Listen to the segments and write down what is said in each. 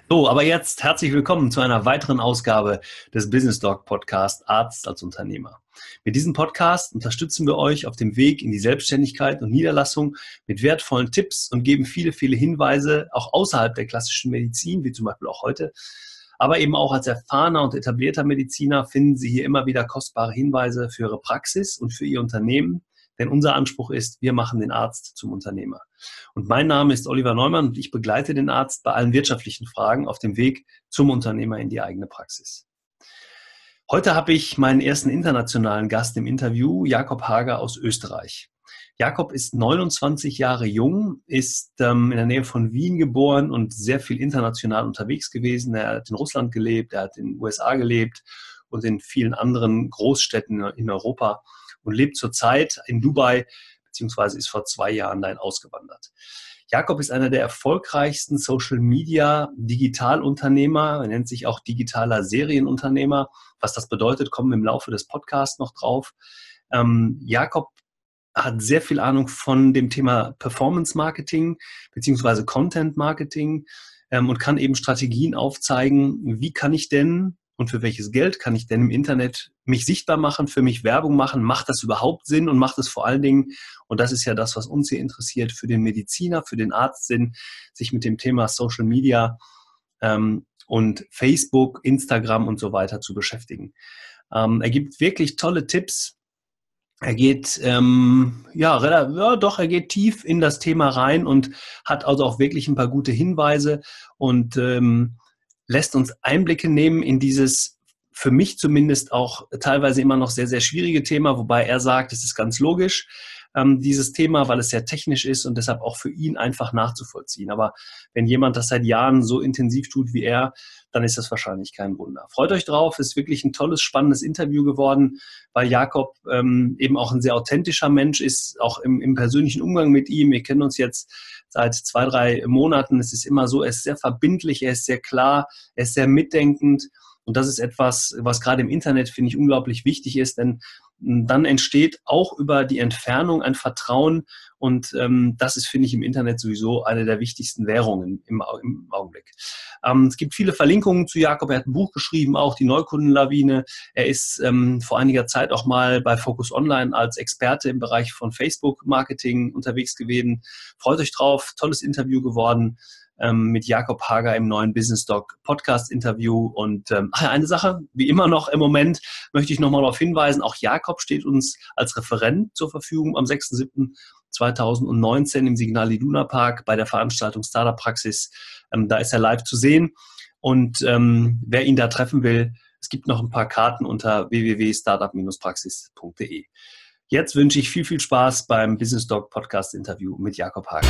So, aber jetzt herzlich willkommen zu einer weiteren Ausgabe des Business Doc Podcast Arzt als Unternehmer. Mit diesem Podcast unterstützen wir euch auf dem Weg in die Selbstständigkeit und Niederlassung mit wertvollen Tipps und geben viele, viele Hinweise, auch außerhalb der klassischen Medizin, wie zum Beispiel auch heute. Aber eben auch als erfahrener und etablierter Mediziner finden Sie hier immer wieder kostbare Hinweise für Ihre Praxis und für Ihr Unternehmen. Denn unser Anspruch ist, wir machen den Arzt zum Unternehmer. Und mein Name ist Oliver Neumann und ich begleite den Arzt bei allen wirtschaftlichen Fragen auf dem Weg zum Unternehmer in die eigene Praxis. Heute habe ich meinen ersten internationalen Gast im Interview, Jakob Hager aus Österreich. Jakob ist 29 Jahre jung, ist in der Nähe von Wien geboren und sehr viel international unterwegs gewesen. Er hat in Russland gelebt, er hat in den USA gelebt und in vielen anderen Großstädten in Europa und lebt zurzeit in Dubai, beziehungsweise ist vor 2 Jahren dahin ausgewandert. Jakob ist einer der erfolgreichsten Social-Media-Digitalunternehmer. Er nennt sich auch digitaler Serienunternehmer. Was das bedeutet, kommen wir im Laufe des Podcasts noch drauf. Jakob hat sehr viel Ahnung von dem Thema Performance-Marketing beziehungsweise Content-Marketing und kann eben Strategien aufzeigen, wie kann ich denn und für welches Geld kann ich denn im Internet mich sichtbar machen, für mich Werbung machen? Macht das überhaupt Sinn und macht es vor allen Dingen, und das ist ja das, was uns hier interessiert, für den Mediziner, für den Arzt Sinn, sich mit dem Thema Social Media und Facebook, Instagram und so weiter zu beschäftigen. Er gibt wirklich tolle Tipps. Er geht, er geht tief in das Thema rein und hat also auch wirklich ein paar gute Hinweise und lässt uns Einblicke nehmen in dieses für mich zumindest auch teilweise immer noch sehr, sehr schwierige Thema, wobei er sagt, es ist ganz logisch, dieses Thema, weil es sehr technisch ist und deshalb auch für ihn einfach nachzuvollziehen. Aber wenn jemand das seit Jahren so intensiv tut wie er, dann ist das wahrscheinlich kein Wunder. Freut euch drauf, ist wirklich ein tolles, spannendes Interview geworden, weil Jakob eben auch ein sehr authentischer Mensch ist, auch im persönlichen Umgang mit ihm. Wir kennen uns jetzt seit 2, 3 Monaten. Es ist immer so, er ist sehr verbindlich, er ist sehr klar, er ist sehr mitdenkend. Und das ist etwas, was gerade im Internet, finde ich, unglaublich wichtig ist, denn dann entsteht auch über die Entfernung ein Vertrauen und das ist, finde ich, im Internet sowieso eine der wichtigsten Währungen im Augenblick. Es gibt viele Verlinkungen zu Jakob, er hat ein Buch geschrieben, auch die Neukundenlawine. Er ist vor einiger Zeit auch mal bei Focus Online als Experte im Bereich von Facebook-Marketing unterwegs gewesen. Freut euch drauf, tolles Interview geworden mit Jakob Hager im neuen Business Doc Podcast Interview. Und eine Sache, wie immer noch im Moment, möchte ich nochmal darauf hinweisen, auch Jakob steht uns als Referent zur Verfügung am 6.7.2019 im Signal Iduna Park bei der Veranstaltung Startup Praxis. Da ist er live zu sehen. Und wer ihn da treffen will, es gibt noch ein paar Karten unter www.startup-praxis.de. Jetzt wünsche ich viel, viel Spaß beim Business Doc Podcast Interview mit Jakob Hager.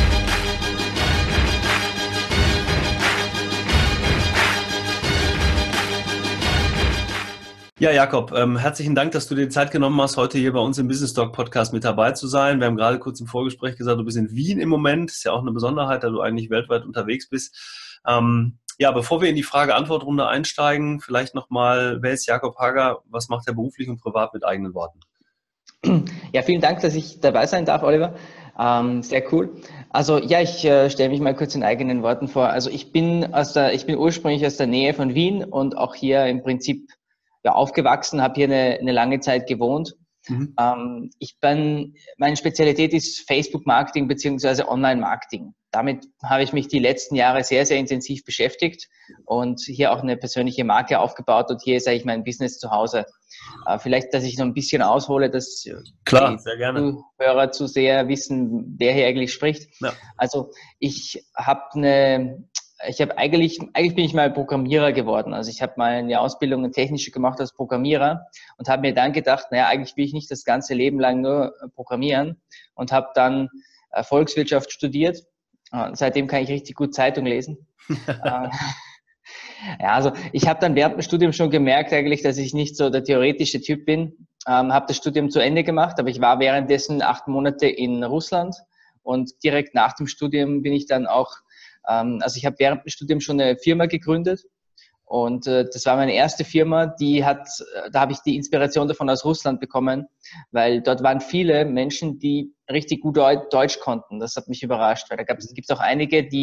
Ja, Jakob, herzlichen Dank, dass du dir Zeit genommen hast, heute hier bei uns im Business Doc Podcast mit dabei zu sein. Wir haben gerade kurz im Vorgespräch gesagt, du bist in Wien im Moment. Ist ja auch eine Besonderheit, da du eigentlich weltweit unterwegs bist. Bevor wir in die Frage-Antwort-Runde einsteigen, vielleicht nochmal, wer ist Jakob Hager? Was macht er beruflich und privat mit eigenen Worten? Ja, vielen Dank, dass ich dabei sein darf, Oliver. Sehr cool. Also ja, ich stelle mich mal kurz in eigenen Worten vor. Also ich bin ursprünglich aus der Nähe von Wien und auch hier im Prinzip aufgewachsen, habe hier eine lange Zeit gewohnt. Mhm. Meine Spezialität ist Facebook-Marketing beziehungsweise Online-Marketing. Damit habe ich mich die letzten Jahre sehr, sehr intensiv beschäftigt und hier auch eine persönliche Marke aufgebaut und hier ist eigentlich mein Business zu Hause. Vielleicht, dass ich noch ein bisschen aushole, dass Klar, sehr gerne. Die Hörer zu sehr wissen, wer hier eigentlich spricht. Ja. Also eigentlich bin ich mal Programmierer geworden. Also ich habe mal eine Ausbildung, eine technische gemacht als Programmierer und habe mir dann gedacht, eigentlich will ich nicht das ganze Leben lang nur programmieren und habe dann Volkswirtschaft studiert. Seitdem kann ich richtig gut Zeitung lesen. Also ich habe dann während dem Studium schon gemerkt eigentlich, dass ich nicht so der theoretische Typ bin. Habe das Studium zu Ende gemacht, aber ich war währenddessen 8 Monate in Russland und direkt nach dem Studium bin ich dann auch ich habe während dem Studium schon eine Firma gegründet und das war meine erste Firma, da habe ich die Inspiration davon aus Russland bekommen, weil dort waren viele Menschen, die richtig gut Deutsch konnten. Das hat mich überrascht, weil gibt es auch einige, die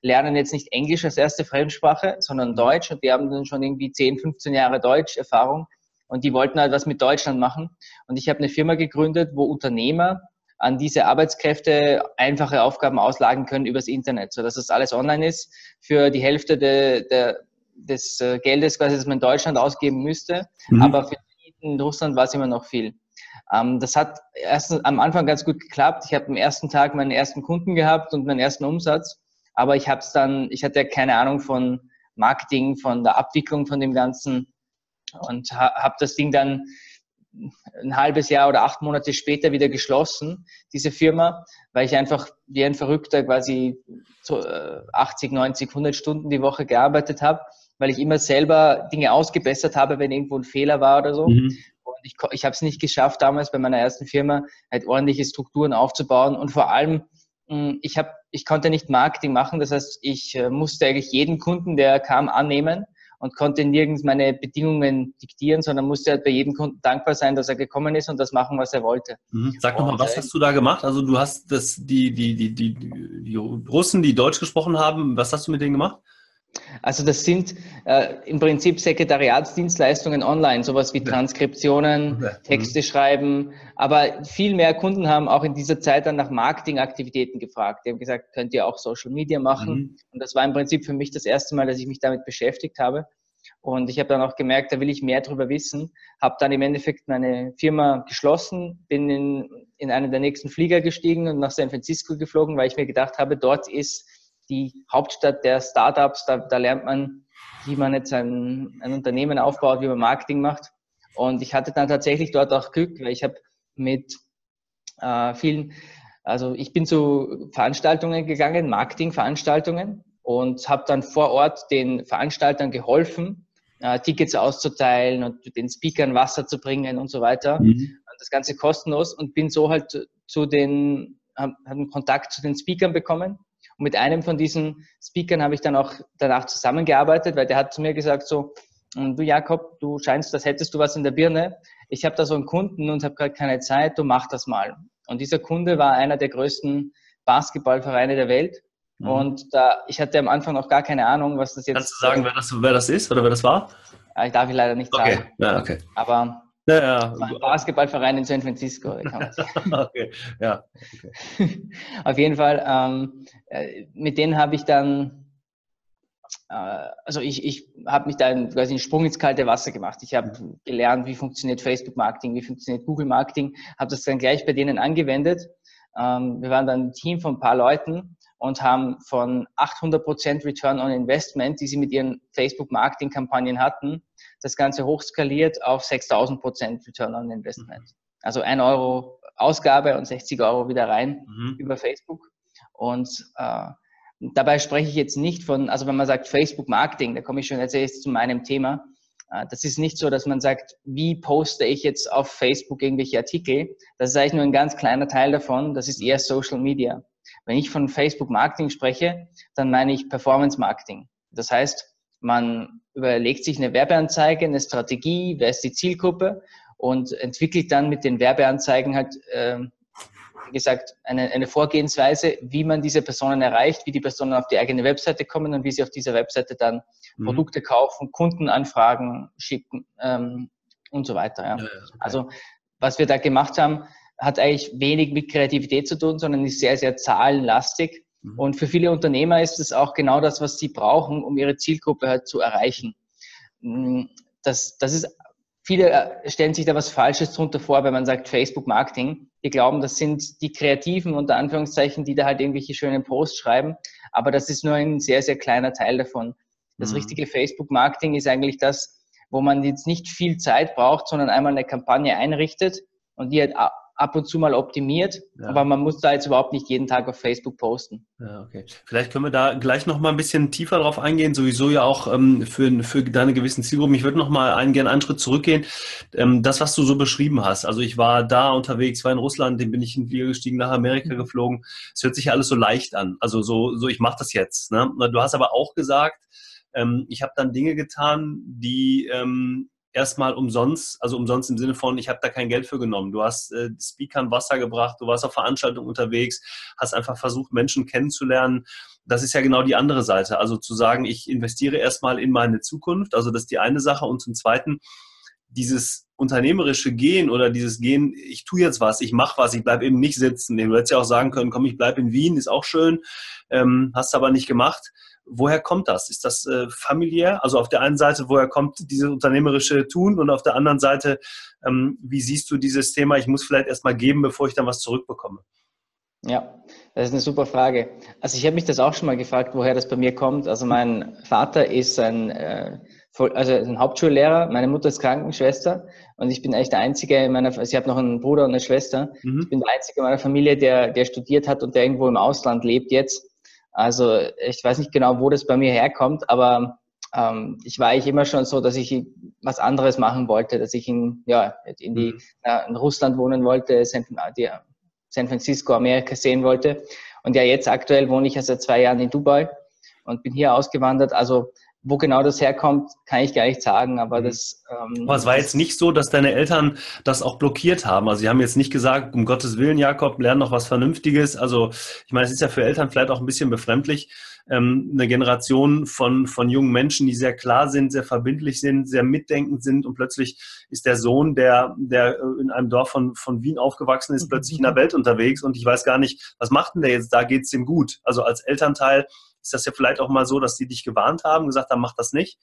lernen jetzt nicht Englisch als erste Fremdsprache, sondern Deutsch, und die haben dann schon irgendwie 10, 15 Jahre Deutsch-Erfahrung und die wollten halt was mit Deutschland machen. Und ich habe eine Firma gegründet, wo Unternehmer an diese Arbeitskräfte einfache Aufgaben auslagern können übers Internet, sodass das alles online ist für die Hälfte des Geldes, quasi, das man in Deutschland ausgeben müsste. Aber für die in Russland war es immer noch viel. Das hat erst am Anfang ganz gut geklappt. Ich habe am ersten Tag meinen ersten Kunden gehabt und meinen ersten Umsatz. Aber ich hatte ja keine Ahnung von Marketing, von der Abwicklung von dem Ganzen und habe das Ding dann ein halbes Jahr oder 8 Monate später wieder geschlossen, diese Firma, weil ich einfach wie ein Verrückter quasi 80, 90, 100 Stunden die Woche gearbeitet habe, weil ich immer selber Dinge ausgebessert habe, wenn irgendwo ein Fehler war oder so. Und ich habe es nicht geschafft, damals bei meiner ersten Firma halt ordentliche Strukturen aufzubauen und vor allem ich konnte nicht Marketing machen, das heißt, ich musste eigentlich jeden Kunden, der kam, annehmen und konnte nirgends meine Bedingungen diktieren, sondern musste halt bei jedem Kunden dankbar sein, dass er gekommen ist und das machen, was er wollte. Sag nochmal, was hast du da gemacht? Also du hast die Russen, die Deutsch gesprochen haben, was hast du mit denen gemacht? Also das sind im Prinzip Sekretariatsdienstleistungen online, sowas wie Transkriptionen, Texte schreiben. Aber viel mehr Kunden haben auch in dieser Zeit dann nach Marketingaktivitäten gefragt. Die haben gesagt, könnt ihr auch Social Media machen? Und das war im Prinzip für mich das erste Mal, dass ich mich damit beschäftigt habe. Und ich habe dann auch gemerkt, da will ich mehr drüber wissen. Habe dann im Endeffekt meine Firma geschlossen, bin in einen der nächsten Flieger gestiegen und nach San Francisco geflogen, weil ich mir gedacht habe, dort ist die Hauptstadt der Startups, da lernt man, wie man jetzt ein Unternehmen aufbaut, wie man Marketing macht. Und ich hatte dann tatsächlich dort auch Glück, weil ich habe mit ich bin zu Veranstaltungen gegangen, Marketingveranstaltungen und habe dann vor Ort den Veranstaltern geholfen, Tickets auszuteilen und den Speakern Wasser zu bringen und so weiter. Und das Ganze kostenlos und bin so halt habe einen Kontakt zu den Speakern bekommen. Und mit einem von diesen Speakern habe ich dann auch danach zusammengearbeitet, weil der hat zu mir gesagt so, du Jakob, du scheinst, als hättest du was in der Birne. Ich habe da so einen Kunden und habe gerade keine Zeit, du mach das mal. Und dieser Kunde war einer der größten Basketballvereine der Welt. Und ich hatte am Anfang noch gar keine Ahnung, was das jetzt... Kannst du sagen, wer das ist oder wer das war? Ich darf ihn leider nicht sagen. Okay, ja, okay. Aber es war ein Basketballverein in San Francisco. Okay, ja. Okay. Auf jeden Fall, mit denen habe ich dann, ich habe mich da quasi einen Sprung ins kalte Wasser gemacht. Ich habe gelernt, wie funktioniert Facebook-Marketing, wie funktioniert Google-Marketing, habe das dann gleich bei denen angewendet. Wir waren dann ein Team von ein paar Leuten und haben von 800% Return on Investment, die sie mit ihren Facebook-Marketing-Kampagnen hatten, das Ganze hochskaliert auf 6.000% Return on Investment. Also 1 Euro Ausgabe und 60 Euro wieder rein über Facebook. Und dabei spreche ich jetzt nicht von, also wenn man sagt Facebook-Marketing, da komme ich schon jetzt zu meinem Thema. Das ist nicht so, dass man sagt, wie poste ich jetzt auf Facebook irgendwelche Artikel? Das ist eigentlich nur ein ganz kleiner Teil davon. Das ist eher Social Media. Wenn ich von Facebook-Marketing spreche, dann meine ich Performance-Marketing. Das heißt, man überlegt sich eine Werbeanzeige, eine Strategie, wer ist die Zielgruppe und entwickelt dann mit den Werbeanzeigen halt, wie gesagt, eine Vorgehensweise, wie man diese Personen erreicht, wie die Personen auf die eigene Webseite kommen und wie sie auf dieser Webseite dann Produkte kaufen, Kundenanfragen schicken und so weiter. Ja. Okay. Also was wir da gemacht haben, hat eigentlich wenig mit Kreativität zu tun, sondern ist sehr, sehr zahlenlastig. Und für viele Unternehmer ist es auch genau das, was sie brauchen, um ihre Zielgruppe halt zu erreichen. Viele stellen sich da was Falsches drunter vor, wenn man sagt Facebook-Marketing. Die glauben, das sind die Kreativen, unter Anführungszeichen, die da halt irgendwelche schönen Posts schreiben. Aber das ist nur ein sehr, sehr kleiner Teil davon. Das richtige Facebook-Marketing ist eigentlich das, wo man jetzt nicht viel Zeit braucht, sondern einmal eine Kampagne einrichtet und die halt ab und zu mal optimiert, aber man muss da jetzt überhaupt nicht jeden Tag auf Facebook posten. Ja, okay. Vielleicht können wir da gleich noch mal ein bisschen tiefer drauf eingehen, sowieso ja auch für deine gewissen Zielgruppen. Ich würde noch mal gerne einen Schritt zurückgehen. Das, was du so beschrieben hast, also ich war da unterwegs, war in Russland, dann bin ich in den Flieger gestiegen, nach Amerika geflogen. Es hört sich ja alles so leicht an, also so ich mache das jetzt. Ne? Du hast aber auch gesagt, ich habe dann Dinge getan, die erstmal umsonst, also umsonst im Sinne von, ich habe da kein Geld für genommen. Du hast Speakern Wasser gebracht, du warst auf Veranstaltungen unterwegs, hast einfach versucht, Menschen kennenzulernen das ist ja genau die andere Seite. Also zu sagen, ich investiere erstmal in meine Zukunft, also das ist die eine Sache. Und zum Zweiten, dieses unternehmerische Gehen oder dieses Gehen, ich tue jetzt was, ich mache was, ich bleibe eben nicht sitzen. Du hättest ja auch sagen können, komm, ich bleibe in Wien, ist auch schön, hast aber nicht gemacht. Woher kommt das? Ist das familiär? Also auf der einen Seite, woher kommt dieses unternehmerische Tun und auf der anderen Seite, wie siehst du dieses Thema, ich muss vielleicht erstmal geben, bevor ich dann was zurückbekomme? Ja, das ist eine super Frage. Also ich habe mich das auch schon mal gefragt, woher das bei mir kommt. Also mein Vater ist ein Hauptschullehrer, meine Mutter ist Krankenschwester und ich bin eigentlich der Einzige in meiner, also ich habe noch einen Bruder und eine Schwester. Ich bin der Einzige in meiner Familie, der studiert hat und der irgendwo im Ausland lebt jetzt. Also ich weiß nicht genau, wo das bei mir herkommt, aber ich war eigentlich immer schon so, dass ich was anderes machen wollte, dass ich in Russland wohnen wollte, San Francisco, Amerika sehen wollte. Und ja, jetzt aktuell wohne ich ja seit 2 Jahren in Dubai und bin hier ausgewandert. Also wo genau das herkommt, kann ich gar nicht sagen, aber das... Aber es war jetzt nicht so, dass deine Eltern das auch blockiert haben. Also sie haben jetzt nicht gesagt, um Gottes Willen, Jakob, lern noch was Vernünftiges. Also ich meine, es ist ja für Eltern vielleicht auch ein bisschen befremdlich, eine Generation von jungen Menschen, die sehr klar sind, sehr verbindlich sind, sehr mitdenkend sind und plötzlich ist der Sohn, der in einem Dorf von Wien aufgewachsen ist, plötzlich in der Welt unterwegs und ich weiß gar nicht, was macht denn der jetzt, da geht's dem gut. Also als Elternteil ist das ja vielleicht auch mal so, dass die dich gewarnt haben, gesagt haben, mach das nicht.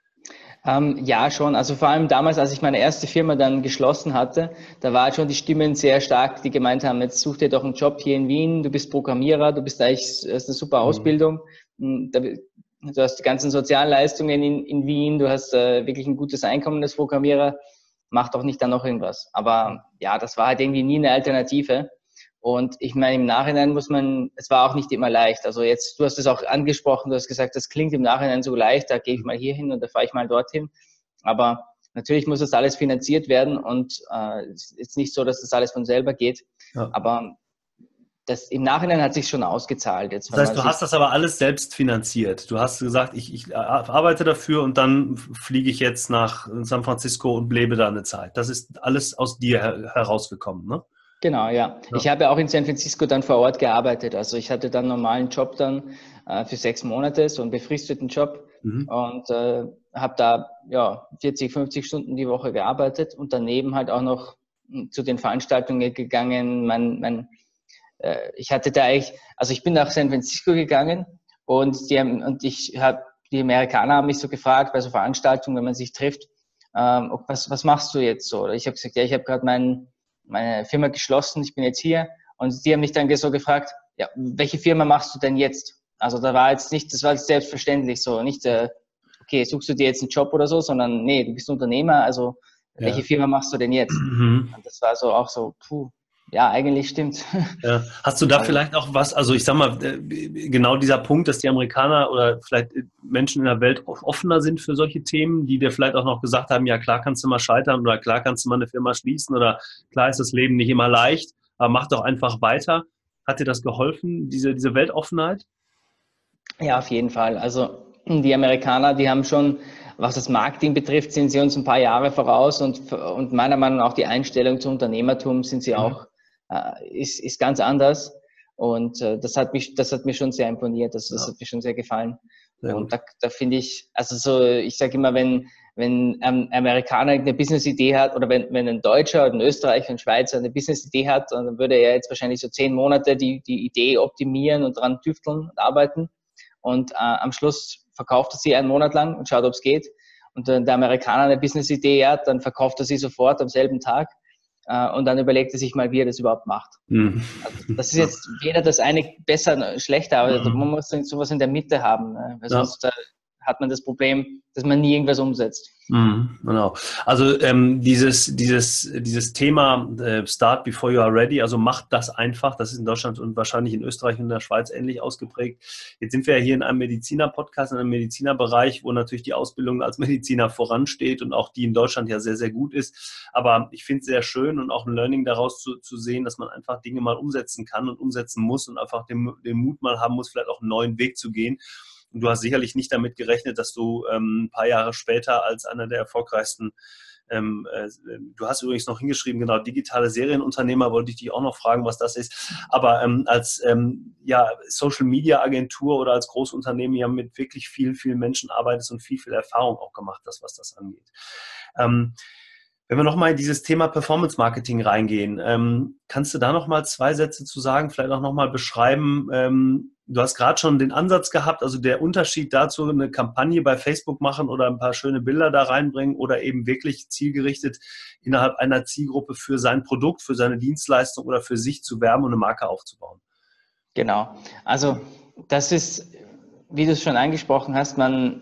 Ja, schon. Also vor allem damals, als ich meine erste Firma dann geschlossen hatte, da waren schon die Stimmen sehr stark, die gemeint haben, jetzt such dir doch einen Job hier in Wien, du bist Programmierer, du hast eine super Ausbildung, du hast die ganzen Sozialleistungen in Wien, du hast wirklich ein gutes Einkommen als Programmierer, mach doch nicht dann noch irgendwas. Aber ja, das war halt irgendwie nie eine Alternative. Und ich meine, im Nachhinein es war auch nicht immer leicht. Also jetzt, du hast es auch angesprochen, du hast gesagt, das klingt im Nachhinein so leicht, da gehe ich mal hier hin und da fahre ich mal dorthin. Aber natürlich muss das alles finanziert werden und es ist nicht so, dass das alles von selber geht. Ja. Aber im Nachhinein hat sich schon ausgezahlt. Jetzt, das heißt, du hast das aber alles selbst finanziert. Du hast gesagt, ich arbeite dafür und dann fliege ich jetzt nach San Francisco und lebe da eine Zeit. Das ist alles aus dir herausgekommen, ne? Genau, ja. Ich habe ja auch in San Francisco dann vor Ort gearbeitet. Also ich hatte dann einen normalen Job dann für 6 Monate, so einen befristeten Job und habe da 40, 50 Stunden die Woche gearbeitet und daneben halt auch noch zu den Veranstaltungen gegangen. Ich hatte da also ich bin nach San Francisco gegangen und die Amerikaner haben mich so gefragt bei so Veranstaltungen, wenn man sich trifft, was machst du jetzt so? Ich habe gesagt, ja, ich habe gerade meine Firma geschlossen, ich bin jetzt hier. Und die haben mich dann so gefragt, ja, welche Firma machst du denn jetzt? Also das war jetzt selbstverständlich so, nicht, okay, suchst du dir jetzt einen Job oder so, sondern nee, du bist Unternehmer, also welche Firma machst du denn jetzt? Und das war so auch so, ja, eigentlich stimmt. Ja. Hast du da vielleicht auch was, also ich sag mal, genau dieser Punkt, dass die Amerikaner oder vielleicht Menschen in der Welt offener sind für solche Themen, die dir vielleicht auch noch gesagt haben, ja klar kannst du mal scheitern oder klar kannst du mal eine Firma schließen oder klar ist das Leben nicht immer leicht, aber mach doch einfach weiter. Hat dir das geholfen, diese Weltoffenheit? Ja, auf jeden Fall. Also die Amerikaner, die haben schon, was das Marketing betrifft, sind sie uns ein paar Jahre voraus und meiner Meinung nach auch die Einstellung zum Unternehmertum sind sie auch ist ganz anders und das hat mir schon sehr imponiert, das hat mir schon sehr gefallen. Sehr und da finde ich, also so, ich sage immer, wenn ein Amerikaner eine Business-Idee hat oder wenn ein Deutscher oder ein Österreicher, ein Schweizer eine Business-Idee hat, dann würde er jetzt wahrscheinlich so 10 Monate die Idee optimieren und dran tüfteln und arbeiten und am Schluss verkauft er sie einen Monat lang und schaut, ob es geht. Und der Amerikaner eine Business-Idee hat, dann verkauft er sie sofort am selben Tag. Und dann überlegt er sich mal, wie er das überhaupt macht. Also das ist jetzt weder das eine besser noch schlechter, aber man muss sowas in der Mitte haben, weil sonst hat man das Problem, dass man nie irgendwas umsetzt. Genau. Also dieses Thema Start before you are ready, also macht das einfach, das ist in Deutschland und wahrscheinlich in Österreich und in der Schweiz ähnlich ausgeprägt. Jetzt sind wir ja hier in einem Mediziner-Podcast, in einem Medizinerbereich, wo natürlich die Ausbildung als Mediziner voransteht und auch die in Deutschland ja sehr, sehr gut ist. Aber ich finde es sehr schön und auch ein Learning daraus zu sehen, dass man einfach Dinge mal umsetzen kann und umsetzen muss und einfach den Mut mal haben muss, vielleicht auch einen neuen Weg zu gehen. Und du hast sicherlich nicht damit gerechnet, dass du ein paar Jahre später als einer der erfolgreichsten Du hast übrigens noch hingeschrieben, genau, digitale Serienunternehmer, wollte ich dich auch noch fragen, was das ist. Aber als Social-Media-Agentur oder als Großunternehmen ja mit wirklich vielen Menschen arbeitest und viel Erfahrung auch gemacht hast, was das angeht. Wenn wir nochmal in dieses Thema Performance Marketing reingehen, kannst du da nochmal 2 Sätze zu sagen, vielleicht auch nochmal beschreiben, du hast gerade schon den Ansatz gehabt, also der Unterschied dazu, eine Kampagne bei Facebook machen oder ein paar schöne Bilder da reinbringen oder eben wirklich zielgerichtet innerhalb einer Zielgruppe für sein Produkt, für seine Dienstleistung oder für sich zu werben und eine Marke aufzubauen. Genau. Also das ist, wie du es schon angesprochen hast,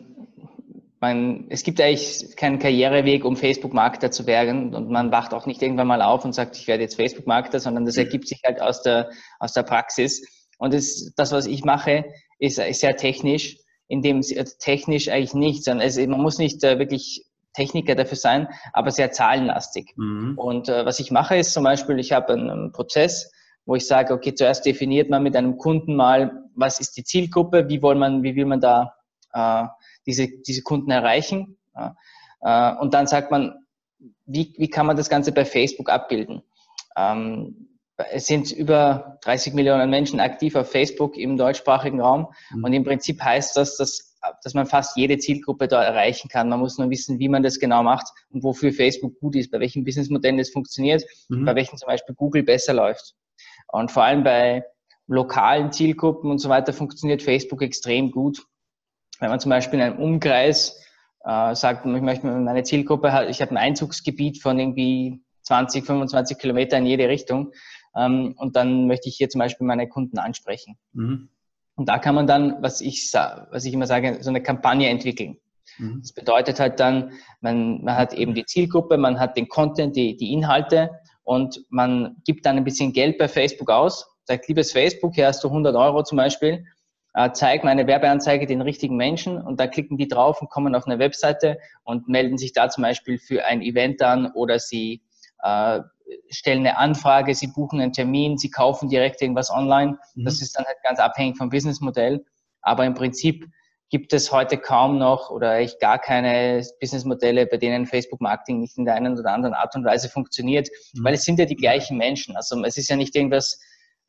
es gibt eigentlich keinen Karriereweg, um Facebook-Marketer zu werden, und man wacht auch nicht irgendwann mal auf und sagt, ich werde jetzt Facebook-Marketer, sondern das ergibt sich halt aus der Praxis. Und das, was ich mache, ist sehr technisch, technisch eigentlich nicht, sondern man muss nicht wirklich Techniker dafür sein, aber sehr zahlenlastig. Mhm. Und was ich mache, ist zum Beispiel, ich habe einen Prozess, wo ich sage, okay, zuerst definiert man mit einem Kunden mal, was ist die Zielgruppe, wie will man da diese Kunden erreichen. Und dann sagt man, wie kann man das Ganze bei Facebook abbilden? Es sind über 30 Millionen Menschen aktiv auf Facebook im deutschsprachigen Raum. Und im Prinzip heißt das, dass man fast jede Zielgruppe da erreichen kann. Man muss nur wissen, wie man das genau macht und wofür Facebook gut ist, bei welchen Businessmodellen es funktioniert, bei welchen zum Beispiel Google besser läuft. Und vor allem bei lokalen Zielgruppen und so weiter funktioniert Facebook extrem gut. Wenn man zum Beispiel in einem Umkreis sagt, ich möchte meine Zielgruppe, ich habe ein Einzugsgebiet von irgendwie 20, 25 Kilometer in jede Richtung, und dann möchte ich hier zum Beispiel meine Kunden ansprechen. Und da kann man dann, was ich immer sage, so eine Kampagne entwickeln. Das bedeutet halt dann, man hat eben die Zielgruppe, man hat den Content, die Inhalte, und man gibt dann ein bisschen Geld bei Facebook aus, sagt, liebes Facebook, hier hast du 100 Euro zum Beispiel, zeig meine Werbeanzeige den richtigen Menschen, und da klicken die drauf und kommen auf eine Webseite und melden sich da zum Beispiel für ein Event an, oder sie stellen eine Anfrage, sie buchen einen Termin, sie kaufen direkt irgendwas online. Das ist dann halt ganz abhängig vom Businessmodell. Aber im Prinzip gibt es heute kaum noch oder eigentlich gar keine Businessmodelle, bei denen Facebook-Marketing nicht in der einen oder anderen Art und Weise funktioniert, weil es sind ja die gleichen Menschen. Also es ist ja nicht irgendwas,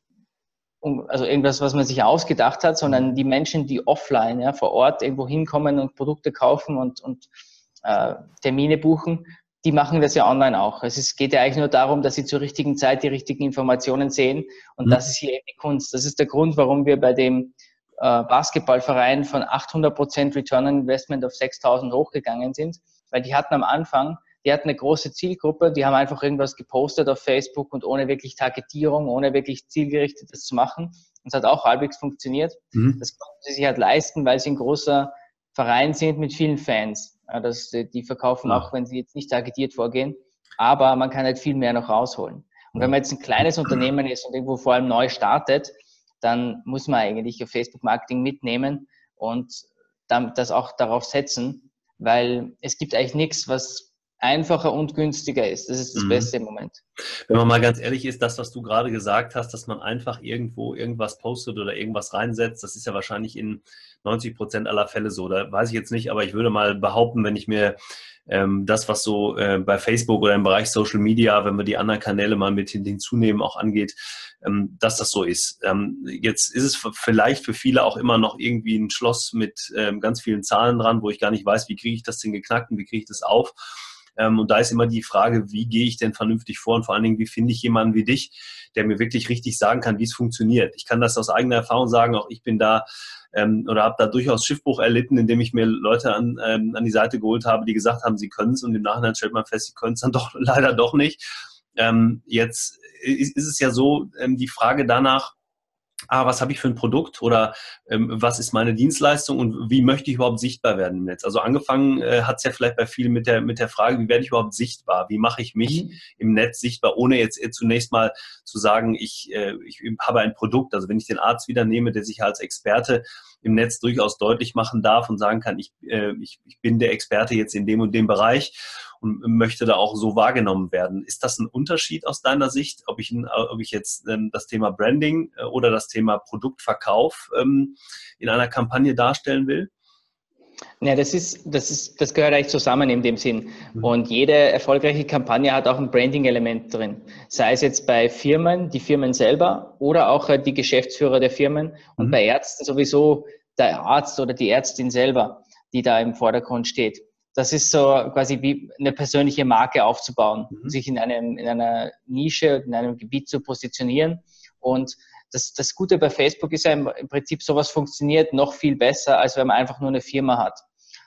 was man sich ausgedacht hat, sondern die Menschen, die offline, ja, vor Ort irgendwo hinkommen und Produkte kaufen und Termine buchen, die machen das ja online auch. Geht ja eigentlich nur darum, dass sie zur richtigen Zeit die richtigen Informationen sehen, und das ist hier eben die Kunst. Das ist der Grund, warum wir bei dem Basketballverein von 800% Return on Investment auf 6.000 hochgegangen sind, weil die hatten am Anfang, die hatten eine große Zielgruppe, die haben einfach irgendwas gepostet auf Facebook und ohne wirklich Targetierung, ohne wirklich zielgerichtetes zu machen. Und es hat auch halbwegs funktioniert. Das konnten sie sich halt leisten, weil sie ein großer Verein sind mit vielen Fans. Ja, die verkaufen auch, wenn sie jetzt nicht targetiert vorgehen. Aber man kann halt viel mehr noch rausholen. Und wenn man jetzt ein kleines Unternehmen ist und irgendwo vor allem neu startet, dann muss man eigentlich auf Facebook-Marketing mitnehmen und dann das auch darauf setzen, weil es gibt eigentlich nichts, was einfacher und günstiger ist. Das ist das Beste im Moment. Wenn man mal ganz ehrlich ist, das, was du gerade gesagt hast, dass man einfach irgendwo irgendwas postet oder irgendwas reinsetzt, das ist ja wahrscheinlich in 90% aller Fälle so. Da weiß ich jetzt nicht, aber ich würde mal behaupten, wenn ich mir das, was so bei Facebook oder im Bereich Social Media, wenn wir die anderen Kanäle mal mit hinzunehmen, auch angeht, dass das so ist. Jetzt ist es vielleicht für viele auch immer noch irgendwie ein Schloss mit ganz vielen Zahlen dran, wo ich gar nicht weiß, wie kriege ich das denn geknackt und wie kriege ich das auf. Und da ist immer die Frage, wie gehe ich denn vernünftig vor und vor allen Dingen, wie finde ich jemanden wie dich, der mir wirklich richtig sagen kann, wie es funktioniert. Ich kann das aus eigener Erfahrung sagen, auch ich bin da oder habe da durchaus Schiffbruch erlitten, indem ich mir Leute an die Seite geholt habe, die gesagt haben, sie können es, und im Nachhinein stellt man fest, sie können es dann doch leider doch nicht. Jetzt ist es ja so, die Frage danach, was habe ich für ein Produkt oder was ist meine Dienstleistung und wie möchte ich überhaupt sichtbar werden im Netz? Also angefangen hat es ja vielleicht bei vielen mit der Frage, wie werde ich überhaupt sichtbar? Wie mache ich mich im Netz sichtbar, ohne jetzt zunächst mal zu sagen, ich habe ein Produkt. Also wenn ich den Arzt wieder nehme, der sich als Experte im Netz durchaus deutlich machen darf und sagen kann, ich bin der Experte jetzt in dem und dem Bereich und möchte da auch so wahrgenommen werden. Ist das ein Unterschied aus deiner Sicht, ob ich jetzt das Thema Branding oder das Thema Produktverkauf in einer Kampagne darstellen will? Ja, das gehört eigentlich zusammen in dem Sinn. Und jede erfolgreiche Kampagne hat auch ein Branding-Element drin. Sei es jetzt bei Firmen, die Firmen selber oder auch die Geschäftsführer der Firmen und bei Ärzten sowieso der Arzt oder die Ärztin selber, die da im Vordergrund steht. Das ist so quasi wie eine persönliche Marke aufzubauen, sich in einer Nische, in einem Gebiet zu positionieren. Und das Gute bei Facebook ist ja im Prinzip, sowas funktioniert noch viel besser, als wenn man einfach nur eine Firma hat.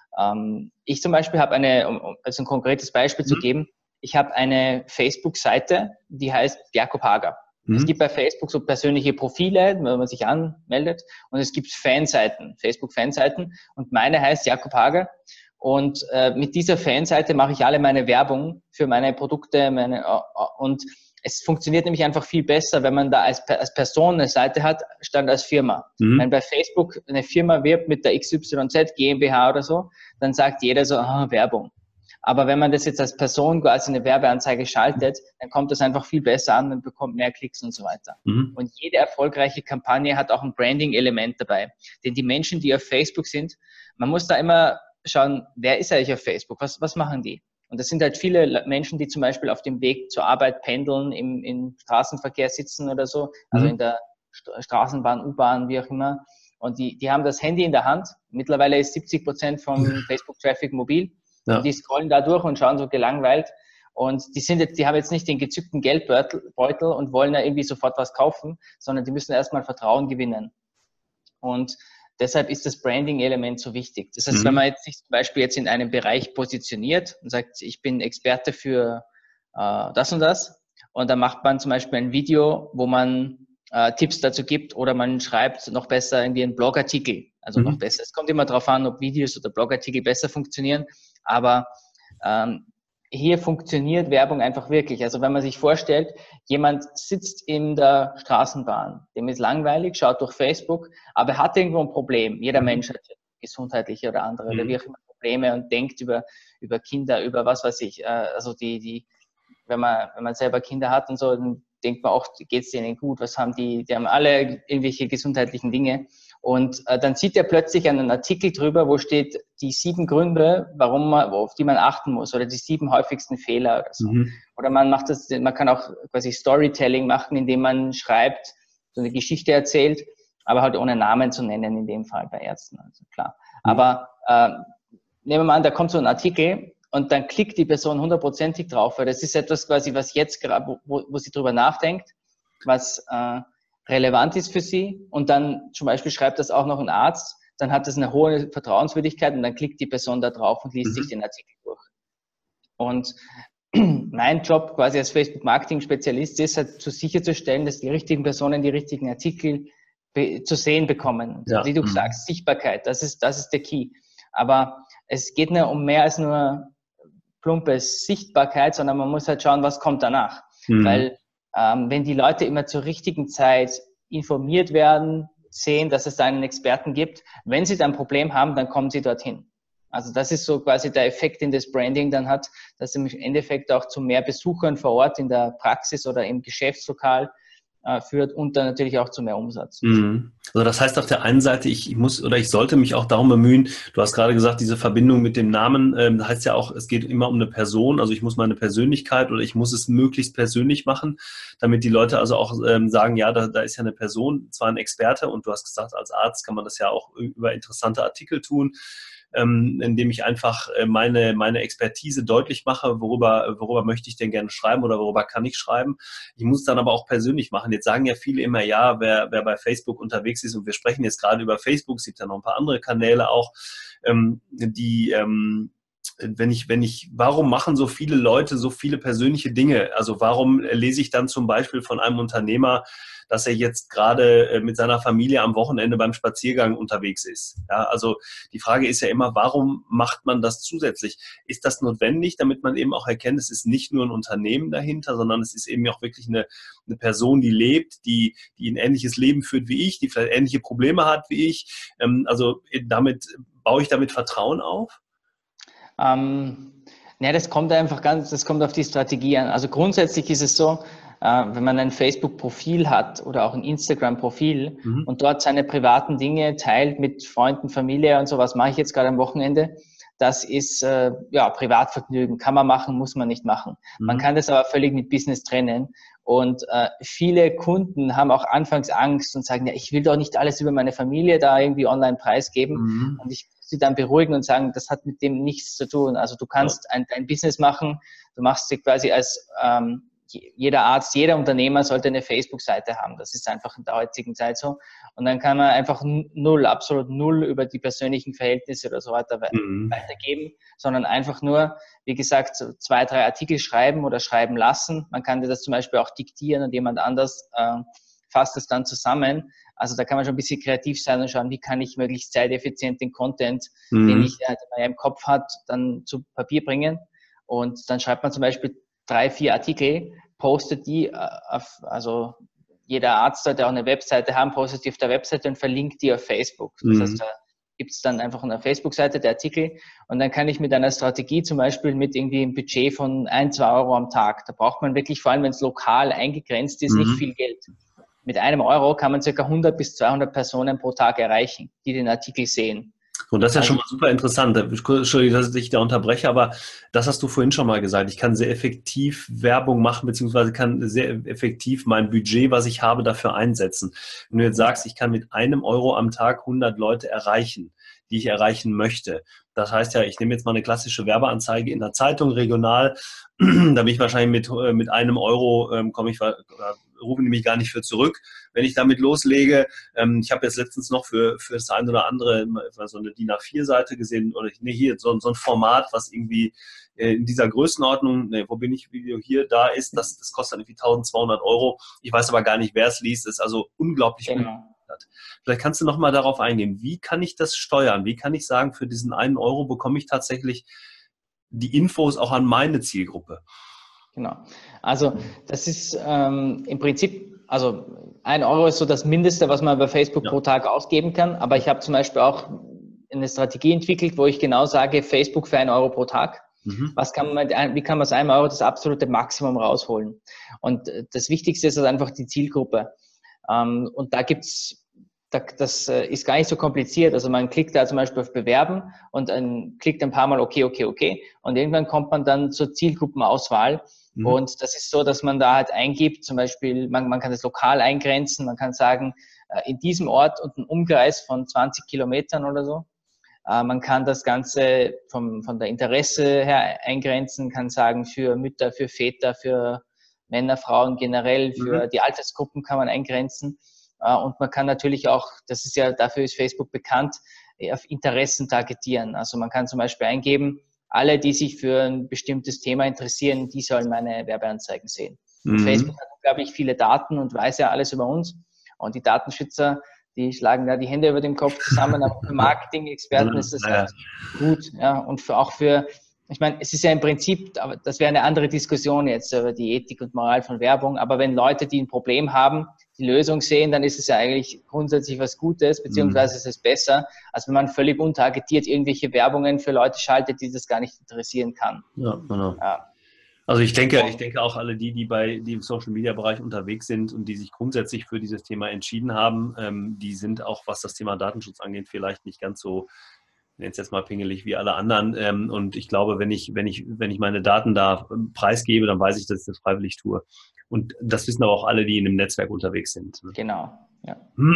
Ich zum Beispiel habe um als ein konkretes Beispiel zu geben, ich habe eine Facebook-Seite, die heißt Jakob Hager. Es gibt bei Facebook so persönliche Profile, wenn man sich anmeldet, und es gibt Fanseiten, Facebook-Fanseiten, und meine heißt Jakob Hager. Und mit dieser Fanseite mache ich alle meine Werbung für meine Produkte, und es funktioniert nämlich einfach viel besser, wenn man da als Person eine Seite hat, statt als Firma. Wenn bei Facebook eine Firma wirbt mit der XYZ GmbH oder so, dann sagt jeder so, Werbung. Aber wenn man das jetzt als Person quasi eine Werbeanzeige schaltet, dann kommt das einfach viel besser an und bekommt mehr Klicks und so weiter. Und jede erfolgreiche Kampagne hat auch ein Branding-Element dabei. Denn die Menschen, die auf Facebook sind, man muss da immer schauen, wer ist eigentlich auf Facebook? Was machen die? Und das sind halt viele Menschen, die zum Beispiel auf dem Weg zur Arbeit pendeln, im Straßenverkehr sitzen oder so, also in der Straßenbahn, U-Bahn, wie auch immer. Und die haben das Handy in der Hand. Mittlerweile ist 70% vom Facebook-Traffic mobil. Ja. Und die scrollen da durch und schauen so gelangweilt. Und die haben jetzt nicht den gezückten Geldbeutel und wollen da irgendwie sofort was kaufen, sondern die müssen erstmal Vertrauen gewinnen. Und deshalb ist das Branding-Element so wichtig. Das heißt, wenn man jetzt sich zum Beispiel jetzt in einem Bereich positioniert und sagt, ich bin Experte für das und das, und dann macht man zum Beispiel ein Video, wo man Tipps dazu gibt, oder man schreibt noch besser irgendwie einen Blogartikel. Also noch besser. Es kommt immer darauf an, ob Videos oder Blogartikel besser funktionieren, aber hier funktioniert Werbung einfach wirklich. Also wenn man sich vorstellt, jemand sitzt in der Straßenbahn, dem ist langweilig, schaut durch Facebook, aber er hat irgendwo ein Problem. Jeder Mensch hat gesundheitliche oder andere oder wie auch immer Probleme und denkt über Kinder, über was weiß ich. Also wenn man selber Kinder hat und so, dann denkt man auch, geht es denen gut, was haben die haben alle irgendwelche gesundheitlichen Dinge. Und dann sieht er plötzlich einen Artikel drüber, wo steht die 7 Gründe, auf die man achten muss, oder die 7 häufigsten Fehler oder so. Oder man kann auch quasi Storytelling machen, indem man schreibt, so eine Geschichte erzählt, aber halt ohne Namen zu nennen, in dem Fall bei Ärzten, also klar. Aber nehmen wir mal an, da kommt so ein Artikel und dann klickt die Person 100%ig drauf, weil das ist etwas quasi, was jetzt gerade, wo sie drüber nachdenkt, was relevant ist für sie, und dann zum Beispiel schreibt das auch noch ein Arzt, dann hat das eine hohe Vertrauenswürdigkeit und dann klickt die Person da drauf und liest sich den Artikel durch. Und mein Job quasi als Facebook-Marketing-Spezialist ist halt sicherzustellen, dass die richtigen Personen die richtigen Artikel zu sehen bekommen. Ja. Wie du sagst, Sichtbarkeit, das ist der Key. Aber es geht nicht um mehr als nur plumpe Sichtbarkeit, sondern man muss halt schauen, was kommt danach. Weil wenn die Leute immer zur richtigen Zeit informiert werden, sehen, dass es da einen Experten gibt, wenn sie dann ein Problem haben, dann kommen sie dorthin. Also das ist so quasi der Effekt, den das Branding dann hat, dass im Endeffekt auch zu mehr Besuchern vor Ort in der Praxis oder im Geschäftslokal führt und dann natürlich auch zu mehr Umsatz. Also das heißt auf der einen Seite, ich sollte mich auch darum bemühen, du hast gerade gesagt, diese Verbindung mit dem Namen, heißt ja auch, es geht immer um eine Person, also ich muss meine Persönlichkeit oder ich muss es möglichst persönlich machen, damit die Leute also auch sagen, ja, da ist ja eine Person, zwar ein Experte, und du hast gesagt, als Arzt kann man das ja auch über interessante Artikel tun, indem ich einfach meine Expertise deutlich mache, worüber möchte ich denn gerne schreiben oder worüber kann ich schreiben. Ich muss es dann aber auch persönlich machen. Jetzt sagen ja viele immer, ja, wer bei Facebook unterwegs ist, und wir sprechen jetzt gerade über Facebook, es gibt ja noch ein paar andere Kanäle auch, warum machen so viele Leute so viele persönliche Dinge? Also warum lese ich dann zum Beispiel von einem Unternehmer, dass er jetzt gerade mit seiner Familie am Wochenende beim Spaziergang unterwegs ist? Ja, also die Frage ist ja immer, warum macht man das zusätzlich? Ist das notwendig, damit man eben auch erkennt, es ist nicht nur ein Unternehmen dahinter, sondern es ist eben auch wirklich eine Person, die lebt, die ein ähnliches Leben führt wie ich, die vielleicht ähnliche Probleme hat wie ich. Baue ich damit Vertrauen auf? Das kommt auf die Strategie an. Also grundsätzlich ist es so, wenn man ein Facebook-Profil hat oder auch ein Instagram-Profil und dort seine privaten Dinge teilt mit Freunden, Familie und so, was mache ich jetzt gerade am Wochenende? Das ist Privatvergnügen. Kann man machen, muss man nicht machen. Man kann das aber völlig mit Business trennen. Und viele Kunden haben auch anfangs Angst und sagen, ja, ich will doch nicht alles über meine Familie da irgendwie online preisgeben. Und ich muss sie dann beruhigen und sagen, das hat mit dem nichts zu tun. Also du kannst ein Business machen, du machst sie quasi als jeder Arzt, jeder Unternehmer sollte eine Facebook-Seite haben. Das ist einfach in der heutigen Zeit so. Und dann kann man einfach absolut null über die persönlichen Verhältnisse oder so weiter weitergeben, sondern einfach nur, wie gesagt, so 2, 3 Artikel schreiben oder schreiben lassen. Man kann das zum Beispiel auch diktieren und jemand anders fasst es dann zusammen. Also da kann man schon ein bisschen kreativ sein und schauen, wie kann ich möglichst zeiteffizient den Content, den man ja im Kopf hat, dann zu Papier bringen. Und dann schreibt man zum Beispiel 3, 4 Artikel, postet die also jeder Arzt sollte auch eine Webseite haben, postet die auf der Webseite und verlinkt die auf Facebook. Das heißt, da gibt es dann einfach eine Facebook-Seite, der Artikel, und dann kann ich mit einer Strategie zum Beispiel mit irgendwie einem Budget von 1, 2 Euro am Tag, da braucht man wirklich, vor allem wenn es lokal eingegrenzt ist, nicht viel Geld. Mit einem Euro kann man ca. 100 bis 200 Personen pro Tag erreichen, die den Artikel sehen. Und das ist ja schon mal super interessant. Entschuldigung, dass ich da unterbreche, aber das hast du vorhin schon mal gesagt. Ich kann sehr effektiv Werbung machen, beziehungsweise kann sehr effektiv mein Budget, was ich habe, dafür einsetzen. Wenn du jetzt sagst, ich kann mit einem Euro am Tag 100 Leute erreichen, die ich erreichen möchte. Das heißt ja, ich nehme jetzt mal eine klassische Werbeanzeige in der Zeitung, regional. Da bin ich wahrscheinlich mit einem Euro, rufen die mich gar nicht für zurück, wenn ich damit loslege. Ich habe jetzt letztens noch für das eine oder andere so eine DIN A4-Seite gesehen, oder hier so ein Format, was irgendwie in dieser Größenordnung, wo bin ich, Video hier, da ist, das kostet irgendwie 1.200 Euro. Ich weiß aber gar nicht, wer es liest, ist also unglaublich gut. Vielleicht kannst du noch mal darauf eingehen, wie kann ich das steuern? Wie kann ich sagen, für diesen einen Euro bekomme ich tatsächlich die Infos auch an meine Zielgruppe? Genau. Also das ist im Prinzip, also 1 Euro ist so das Mindeste, was man bei Facebook pro Tag ausgeben kann. Aber ich habe zum Beispiel auch eine Strategie entwickelt, wo ich genau sage, Facebook für 1 Euro pro Tag. Wie kann man aus 1 Euro das absolute Maximum rausholen? Und das Wichtigste ist also einfach die Zielgruppe. Und das ist gar nicht so kompliziert. Also man klickt da zum Beispiel auf Bewerben und klickt ein paar Mal okay. Und irgendwann kommt man dann zur Zielgruppenauswahl. Und das ist so, dass man da halt eingibt, zum Beispiel, man kann das lokal eingrenzen, man kann sagen, in diesem Ort und einen Umkreis von 20 Kilometern oder so. Man kann das Ganze von der Interesse her eingrenzen, kann sagen, für Mütter, für Väter, für Männer, Frauen generell, für die Altersgruppen kann man eingrenzen. Und man kann natürlich auch, dafür ist Facebook bekannt, auf Interessen targetieren. Also man kann zum Beispiel eingeben, alle, die sich für ein bestimmtes Thema interessieren, die sollen meine Werbeanzeigen sehen. Facebook hat unglaublich viele Daten und weiß ja alles über uns. Und die Datenschützer, die schlagen da die Hände über den Kopf zusammen. Aber für Marketing-Experten ist das halt gut. Ja. Und ich meine, es ist ja im Prinzip, aber das wäre eine andere Diskussion jetzt über die Ethik und Moral von Werbung. Aber wenn Leute, die ein Problem haben, die Lösung sehen, dann ist es ja eigentlich grundsätzlich was Gutes, beziehungsweise ist es besser, als wenn man völlig untargetiert irgendwelche Werbungen für Leute schaltet, die das gar nicht interessieren kann. Ja, genau. Ja. Also ich denke auch alle die im Social-Media-Bereich unterwegs sind und die sich grundsätzlich für dieses Thema entschieden haben, die sind auch, was das Thema Datenschutz angeht, vielleicht nicht ganz so, ich nenne es jetzt mal pingelig wie alle anderen. Und ich glaube, wenn ich meine Daten da preisgebe, dann weiß ich, dass ich das freiwillig tue. Und das wissen aber auch alle, die in einem Netzwerk unterwegs sind. Genau, ja.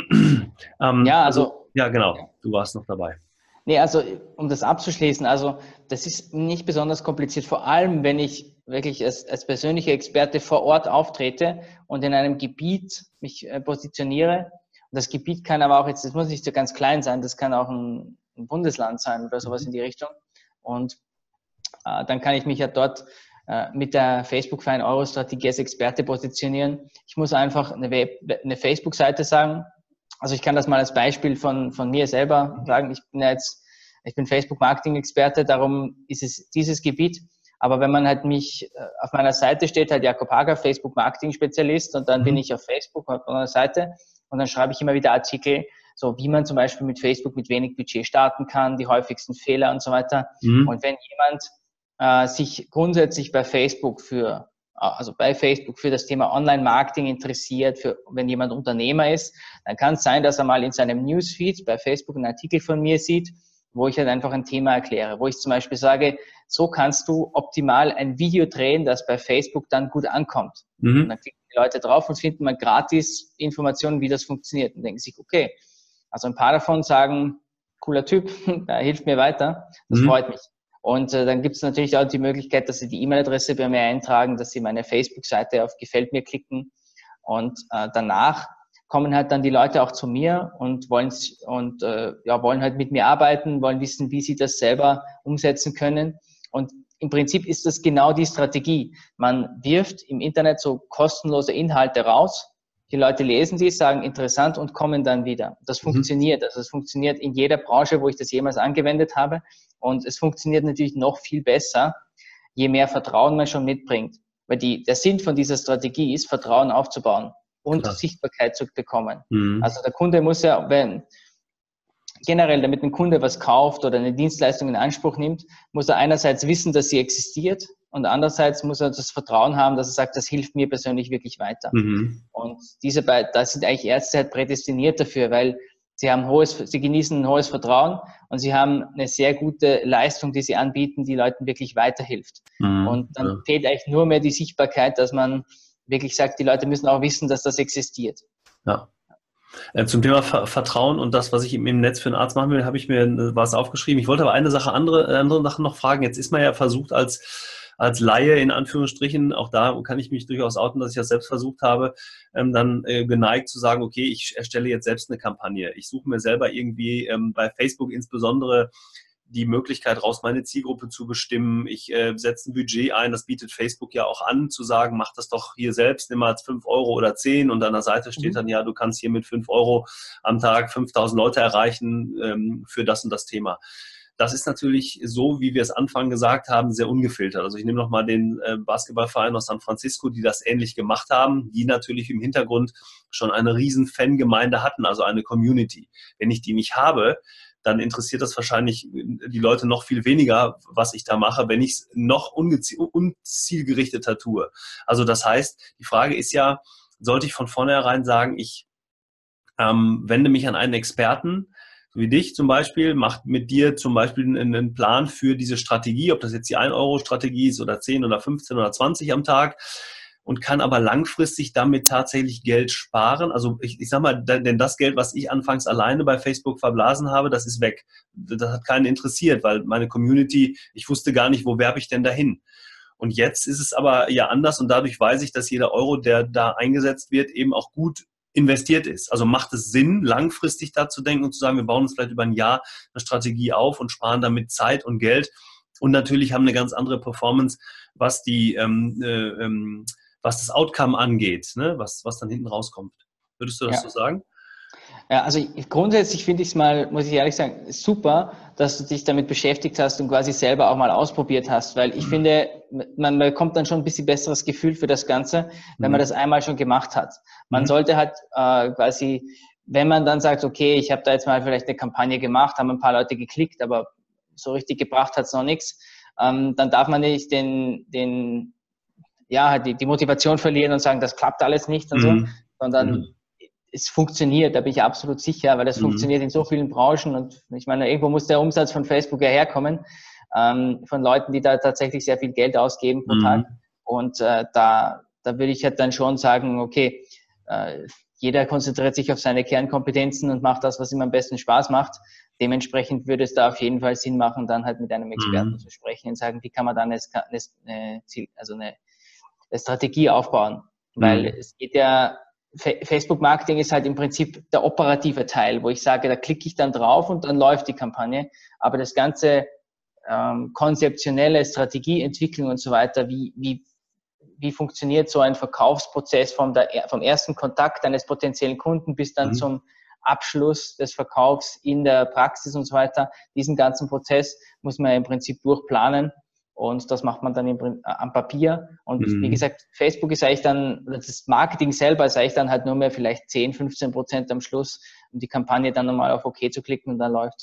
Ja, genau. Ja. Du warst noch dabei. Nee, also um das abzuschließen, also das ist nicht besonders kompliziert, vor allem wenn ich wirklich als persönlicher Experte vor Ort auftrete und in einem Gebiet mich positioniere. Und das Gebiet kann aber auch jetzt, das muss nicht so ganz klein sein, das kann auch ein Bundesland sein oder sowas in die Richtung. Und dann kann ich mich ja dort mit der Facebook für 1 Euro Strategie als Experte positionieren. Ich muss einfach eine Facebook-Seite sagen. Also ich kann das mal als Beispiel von mir selber sagen. Ich bin Facebook-Marketing-Experte, darum ist es dieses Gebiet. Aber wenn man halt auf meiner Seite steht, halt Jakob Hager, Facebook-Marketing-Spezialist, und dann bin ich auf Facebook auf einer Seite und dann schreibe ich immer wieder Artikel, so wie man zum Beispiel mit Facebook mit wenig Budget starten kann, die häufigsten Fehler und so weiter. Und wenn jemand sich grundsätzlich bei Facebook für also bei Facebook für das Thema Online-Marketing interessiert, wenn jemand Unternehmer ist, dann kann es sein, dass er mal in seinem Newsfeed bei Facebook einen Artikel von mir sieht, wo ich halt einfach ein Thema erkläre, wo ich zum Beispiel sage, so kannst du optimal ein Video drehen, das bei Facebook dann gut ankommt. Und dann klicken die Leute drauf und finden mal gratis Informationen, wie das funktioniert und denken sich, okay, also ein paar davon sagen, cooler Typ, der hilft mir weiter, das freut mich. Und dann gibt es natürlich auch die Möglichkeit, dass Sie die E-Mail-Adresse bei mir eintragen, dass Sie meine Facebook-Seite auf Gefällt mir klicken und danach kommen halt dann die Leute auch zu mir und wollen halt mit mir arbeiten, wollen wissen, wie sie das selber umsetzen können. Und im Prinzip ist das genau die Strategie. Man wirft im Internet so kostenlose Inhalte raus. Die Leute lesen die, sagen interessant und kommen dann wieder. Das funktioniert. Also es funktioniert in jeder Branche, wo ich das jemals angewendet habe. Und es funktioniert natürlich noch viel besser, je mehr Vertrauen man schon mitbringt. Weil der Sinn von dieser Strategie ist, Vertrauen aufzubauen und Sichtbarkeit zu bekommen. Also der Kunde muss ja, generell, damit ein Kunde was kauft oder eine Dienstleistung in Anspruch nimmt, muss er einerseits wissen, dass sie existiert und andererseits muss er das Vertrauen haben, dass er sagt, das hilft mir persönlich wirklich weiter. Und da sind eigentlich Ärzte halt prädestiniert dafür, weil sie genießen ein hohes Vertrauen und sie haben eine sehr gute Leistung, die sie anbieten, die Leuten wirklich weiterhilft. Und dann fehlt eigentlich nur mehr die Sichtbarkeit, dass man wirklich sagt, die Leute müssen auch wissen, dass das existiert. Ja. Zum Thema Vertrauen und das, was ich im Netz für einen Arzt machen will, habe ich mir was aufgeschrieben. Ich wollte aber andere Sachen noch fragen. Jetzt ist man ja versucht als Laie in Anführungsstrichen, auch da kann ich mich durchaus outen, dass ich das selbst versucht habe, dann geneigt zu sagen, okay, ich erstelle jetzt selbst eine Kampagne. Ich suche mir selber irgendwie bei Facebook insbesondere die Möglichkeit raus, meine Zielgruppe zu bestimmen. Ich setze ein Budget ein, das bietet Facebook ja auch an, zu sagen, mach das doch hier selbst, nimm mal 5 Euro oder 10 und an der Seite steht dann, ja, du kannst hier mit 5 Euro am Tag 5.000 Leute erreichen für das und das Thema. Das ist natürlich so, wie wir es Anfang gesagt haben, sehr ungefiltert. Also ich nehme nochmal den Basketballverein aus San Francisco, die das ähnlich gemacht haben, die natürlich im Hintergrund schon eine riesen Fangemeinde hatten, also eine Community. Wenn ich die nicht habe, dann interessiert das wahrscheinlich die Leute noch viel weniger, was ich da mache, wenn ich es noch unzielgerichteter tue. Also das heißt, die Frage ist ja, sollte ich von vornherein sagen, ich wende mich an einen Experten, wie dich zum Beispiel, macht mit dir zum Beispiel einen Plan für diese Strategie, ob das jetzt die 1-Euro-Strategie ist oder 10 oder 15 oder 20 am Tag, und kann aber langfristig damit tatsächlich Geld sparen. Also ich sag mal, denn das Geld, was ich anfangs alleine bei Facebook verblasen habe, das ist weg. Das hat keinen interessiert, weil meine Community, ich wusste gar nicht, wo werbe ich denn dahin. Und jetzt ist es aber ja anders und dadurch weiß ich, dass jeder Euro, der da eingesetzt wird, eben auch gut investiert ist. Also macht es Sinn, langfristig da zu denken und zu sagen, wir bauen uns vielleicht über ein Jahr eine Strategie auf und sparen damit Zeit und Geld und natürlich haben eine ganz andere Performance, was was das Outcome angeht, ne? Was dann hinten rauskommt. Würdest du das so sagen? Ja, also grundsätzlich finde ich es mal, muss ich ehrlich sagen, super, dass du dich damit beschäftigt hast und quasi selber auch mal ausprobiert hast, weil ich finde, man bekommt dann schon ein bisschen besseres Gefühl für das Ganze, wenn man das einmal schon gemacht hat. Man sollte halt quasi, wenn man dann sagt, okay, ich habe da jetzt mal vielleicht eine Kampagne gemacht, haben ein paar Leute geklickt, aber so richtig gebracht hat es noch nichts, dann darf man nicht die Motivation verlieren und sagen, das klappt alles nicht und so, sondern es funktioniert, da bin ich absolut sicher, weil das funktioniert in so vielen Branchen und ich meine, irgendwo muss der Umsatz von Facebook ja herkommen, von Leuten, die da tatsächlich sehr viel Geld ausgeben pro Tag und da würde ich halt dann schon sagen, okay, jeder konzentriert sich auf seine Kernkompetenzen und macht das, was ihm am besten Spaß macht. Dementsprechend würde es da auf jeden Fall Sinn machen, dann halt mit einem Experten zu sprechen und sagen, wie kann man dann eine Strategie aufbauen, weil es geht ja, Facebook-Marketing ist halt im Prinzip der operative Teil, wo ich sage, da klicke ich dann drauf und dann läuft die Kampagne. Aber das ganze konzeptionelle Strategieentwicklung und so weiter, wie funktioniert so ein Verkaufsprozess vom ersten Kontakt eines potenziellen Kunden bis dann zum Abschluss des Verkaufs in der Praxis und so weiter. Diesen ganzen Prozess muss man im Prinzip durchplanen. Und das macht man dann am Papier. Und wie gesagt, Facebook ist eigentlich dann, das Marketing selber ist eigentlich dann halt nur mehr vielleicht 10-15% am Schluss, um die Kampagne dann nochmal auf OK zu klicken und dann läuft's.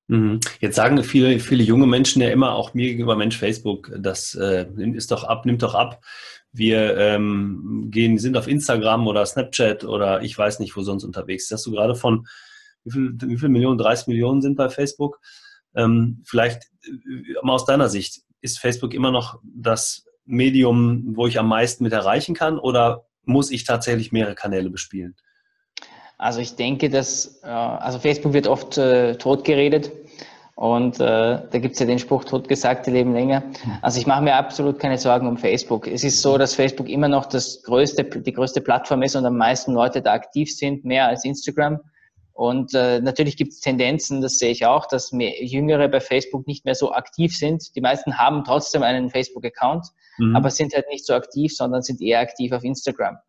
Mhm. Jetzt sagen viele junge Menschen ja immer, auch mir gegenüber, Mensch, Facebook, das ist doch ab, nimmt doch ab. Wir sind auf Instagram oder Snapchat oder ich weiß nicht, wo sonst unterwegs. Hast du gerade von, wie viel Millionen, 30 Millionen sind bei Facebook? Vielleicht mal aus deiner Sicht, ist Facebook immer noch das Medium, wo ich am meisten mit erreichen kann, oder muss ich tatsächlich mehrere Kanäle bespielen? Also ich denke, dass also Facebook wird oft totgeredet und da gibt es ja den Spruch, Totgesagte leben länger. Also ich mache mir absolut keine Sorgen um Facebook. Es ist so, dass Facebook immer noch die größte Plattform ist und am meisten Leute da aktiv sind, mehr als Instagram. Und natürlich gibt es Tendenzen, das sehe ich auch, dass mehr Jüngere bei Facebook nicht mehr so aktiv sind. Die meisten haben trotzdem einen Facebook-Account, aber Mhm. sind halt nicht so aktiv, sondern sind eher aktiv auf Instagram.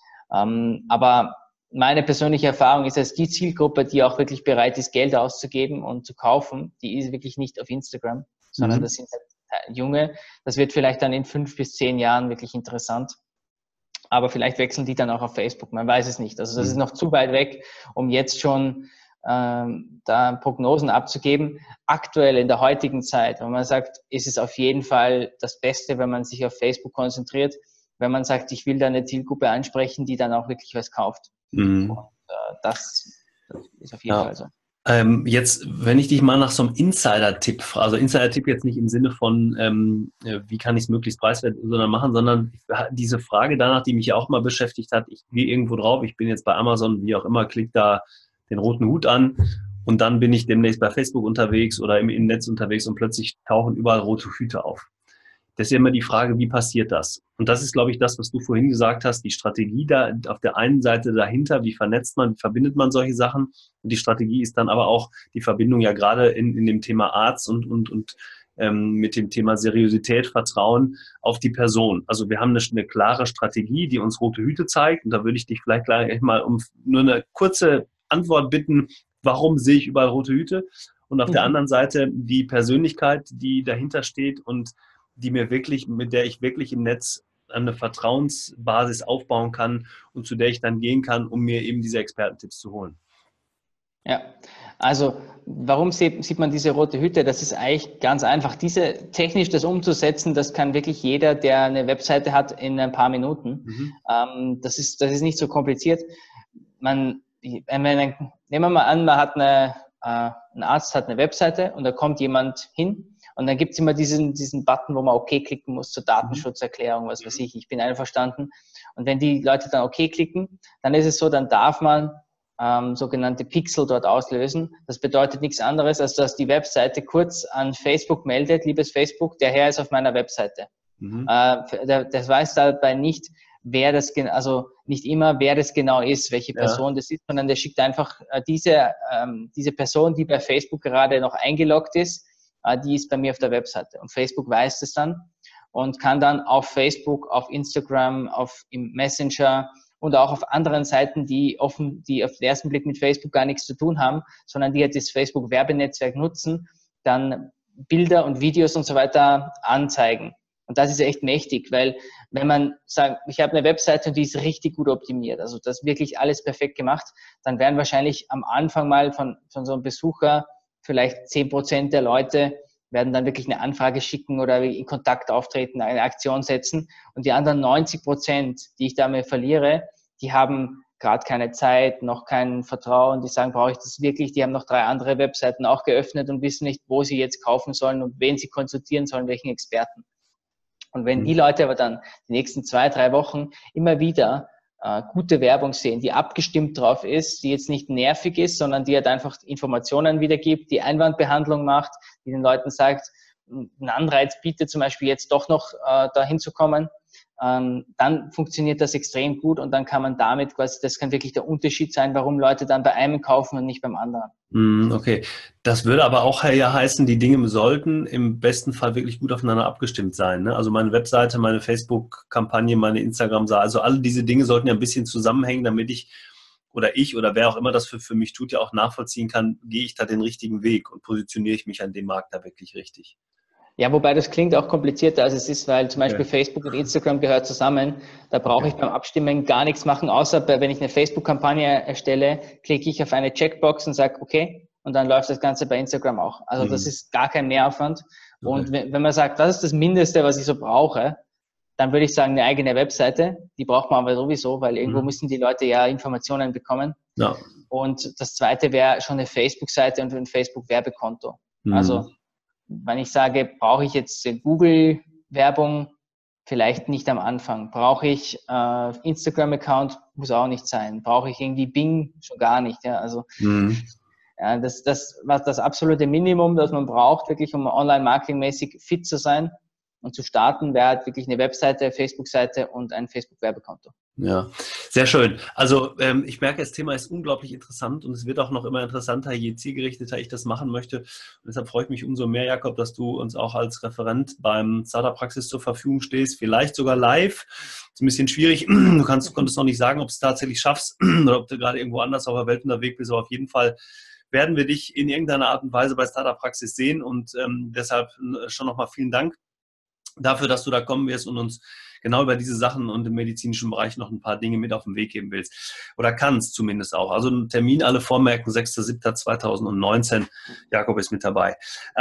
Aber meine persönliche Erfahrung ist, dass die Zielgruppe, die auch wirklich bereit ist, Geld auszugeben und zu kaufen, die ist wirklich nicht auf Instagram, sondern Mhm. das sind halt Junge. Das wird vielleicht dann in 5 bis 10 Jahren wirklich interessant. Aber vielleicht wechseln die dann auch auf Facebook. Man weiß es nicht. Also das ist Mhm. noch zu weit weg, um jetzt schon da Prognosen abzugeben. Aktuell in der heutigen Zeit, wenn man sagt, ist es auf jeden Fall das Beste, wenn man sich auf Facebook konzentriert, wenn man sagt, ich will da eine Zielgruppe ansprechen, die dann auch wirklich was kauft. Und Mhm. das ist auf jeden Ja. Fall so. Jetzt, wenn ich dich mal nach so einem Insider-Tipp frage, also Insider-Tipp jetzt nicht im Sinne von, wie kann ich es möglichst preiswert machen, sondern diese Frage danach, die mich ja auch mal beschäftigt hat, ich gehe irgendwo drauf, ich bin jetzt bei Amazon, wie auch immer, klicke da den roten Hut an und dann bin ich demnächst bei Facebook unterwegs oder im Netz unterwegs und plötzlich tauchen überall rote Hüte auf. Das ist ja immer die Frage, wie passiert das? Und das ist, glaube ich, das, was du vorhin gesagt hast, die Strategie da auf der einen Seite dahinter, wie vernetzt man, wie verbindet man solche Sachen? Und die Strategie ist dann aber auch die Verbindung ja gerade in dem Thema Arzt und mit dem Thema Seriosität, Vertrauen auf die Person. Also wir haben eine klare Strategie, die uns rote Hüte zeigt. Und da würde ich dich vielleicht gleich mal um nur eine kurze Antwort bitten, warum sehe ich überall rote Hüte? Und auf der Mhm. anderen Seite die Persönlichkeit, die dahinter steht und mit der ich wirklich im Netz eine Vertrauensbasis aufbauen kann und zu der ich dann gehen kann, um mir eben diese Expertentipps zu holen. Ja, also warum sieht man diese rote Hüte? Das ist eigentlich ganz einfach. Technisch das umzusetzen, das kann wirklich jeder, der eine Webseite hat, in ein paar Minuten. Mhm. Das ist nicht so kompliziert. Nehmen wir mal an, ein Arzt hat eine Webseite und da kommt jemand hin und dann gibt es immer diesen Button, wo man OK klicken muss zur Mhm. Datenschutzerklärung, was weiß ich bin einverstanden. Und wenn die Leute dann OK klicken, dann ist es so, dann darf man sogenannte Pixel dort auslösen. Das bedeutet nichts anderes, als dass die Webseite kurz an Facebook meldet, liebes Facebook, der Herr ist auf meiner Webseite. Mhm. Das weiß dabei nicht, also nicht immer, wer das genau ist, welche Ja. Person das ist, sondern der schickt einfach diese Person, die bei Facebook gerade noch eingeloggt ist, die ist bei mir auf der Webseite. Und Facebook weiß das dann und kann dann auf Facebook, auf Instagram, im Messenger und auch auf anderen Seiten, die auf den ersten Blick mit Facebook gar nichts zu tun haben, sondern die halt das Facebook-Werbenetzwerk nutzen, dann Bilder und Videos und so weiter anzeigen. Und das ist echt mächtig, weil wenn man sagt, ich habe eine Webseite und die ist richtig gut optimiert, also das ist wirklich alles perfekt gemacht, dann werden wahrscheinlich am Anfang mal von so einem Besucher vielleicht 10% der Leute werden dann wirklich eine Anfrage schicken oder in Kontakt auftreten, eine Aktion setzen. Und die anderen 90%, die ich damit verliere, die haben gerade keine Zeit, noch kein Vertrauen, die sagen, brauche ich das wirklich? Die haben noch 3 andere Webseiten auch geöffnet und wissen nicht, wo sie jetzt kaufen sollen und wen sie konsultieren sollen, welchen Experten. Und wenn die Mhm. Leute aber dann die nächsten 2, 3 Wochen immer wieder gute Werbung sehen, die abgestimmt drauf ist, die jetzt nicht nervig ist, sondern die halt einfach Informationen wiedergibt, die Einwandbehandlung macht, die den Leuten sagt, einen Anreiz bietet, zum Beispiel jetzt doch noch dahin zu kommen, dann funktioniert das extrem gut und dann kann man damit quasi, das kann wirklich der Unterschied sein, warum Leute dann bei einem kaufen und nicht beim anderen. Okay. Das würde aber auch ja heißen, die Dinge sollten im besten Fall wirklich gut aufeinander abgestimmt sein. Ne? Also meine Webseite, meine Facebook-Kampagne, meine Instagram-Seite, also alle diese Dinge sollten ja ein bisschen zusammenhängen, damit ich oder wer auch immer das für mich tut, ja auch nachvollziehen kann, gehe ich da den richtigen Weg und positioniere ich mich an dem Markt da wirklich richtig. Ja, wobei das klingt auch komplizierter, als es ist, weil zum Okay. Beispiel Facebook und Instagram gehört zusammen. Da brauche Okay. ich beim Abstimmen gar nichts machen, außer wenn ich eine Facebook-Kampagne erstelle, klicke ich auf eine Checkbox und sage, okay, und dann läuft das Ganze bei Instagram auch. Also das ist gar kein Mehraufwand. Und Okay. wenn man sagt, was ist das Mindeste, was ich so brauche, dann würde ich sagen, eine eigene Webseite. Die braucht man aber sowieso, weil irgendwo müssen die Leute ja Informationen bekommen. Ja. Und das zweite wäre schon eine Facebook-Seite und ein Facebook-Werbekonto. Also wenn ich sage, brauche ich jetzt Google-Werbung, vielleicht nicht am Anfang. Brauche ich Instagram-Account, muss auch nicht sein. Brauche ich irgendwie Bing, schon gar nicht. Ja, also ja, das war das absolute Minimum, das man braucht, wirklich um online-marketingmäßig fit zu sein und zu starten, wäre halt wirklich eine Webseite, Facebook-Seite und ein Facebook-Werbekonto. Ja, sehr schön. Also ich merke, das Thema ist unglaublich interessant und es wird auch noch immer interessanter, je zielgerichteter ich das machen möchte. Und deshalb freue ich mich umso mehr, Jakob, dass du uns auch als Referent beim Startup-Praxis zur Verfügung stehst, vielleicht sogar live. Ist ein bisschen schwierig. Du konntest noch nicht sagen, ob du es tatsächlich schaffst oder ob du gerade irgendwo anders auf der Welt unterwegs bist, aber auf jeden Fall werden wir dich in irgendeiner Art und Weise bei Startup-Praxis sehen und deshalb schon nochmal vielen Dank dafür, dass du da kommen wirst und uns genau über diese Sachen und im medizinischen Bereich noch ein paar Dinge mit auf den Weg geben willst. Oder kannst zumindest auch. Also ein Termin, alle vormerken, 6.7.2019. Jakob ist mit dabei.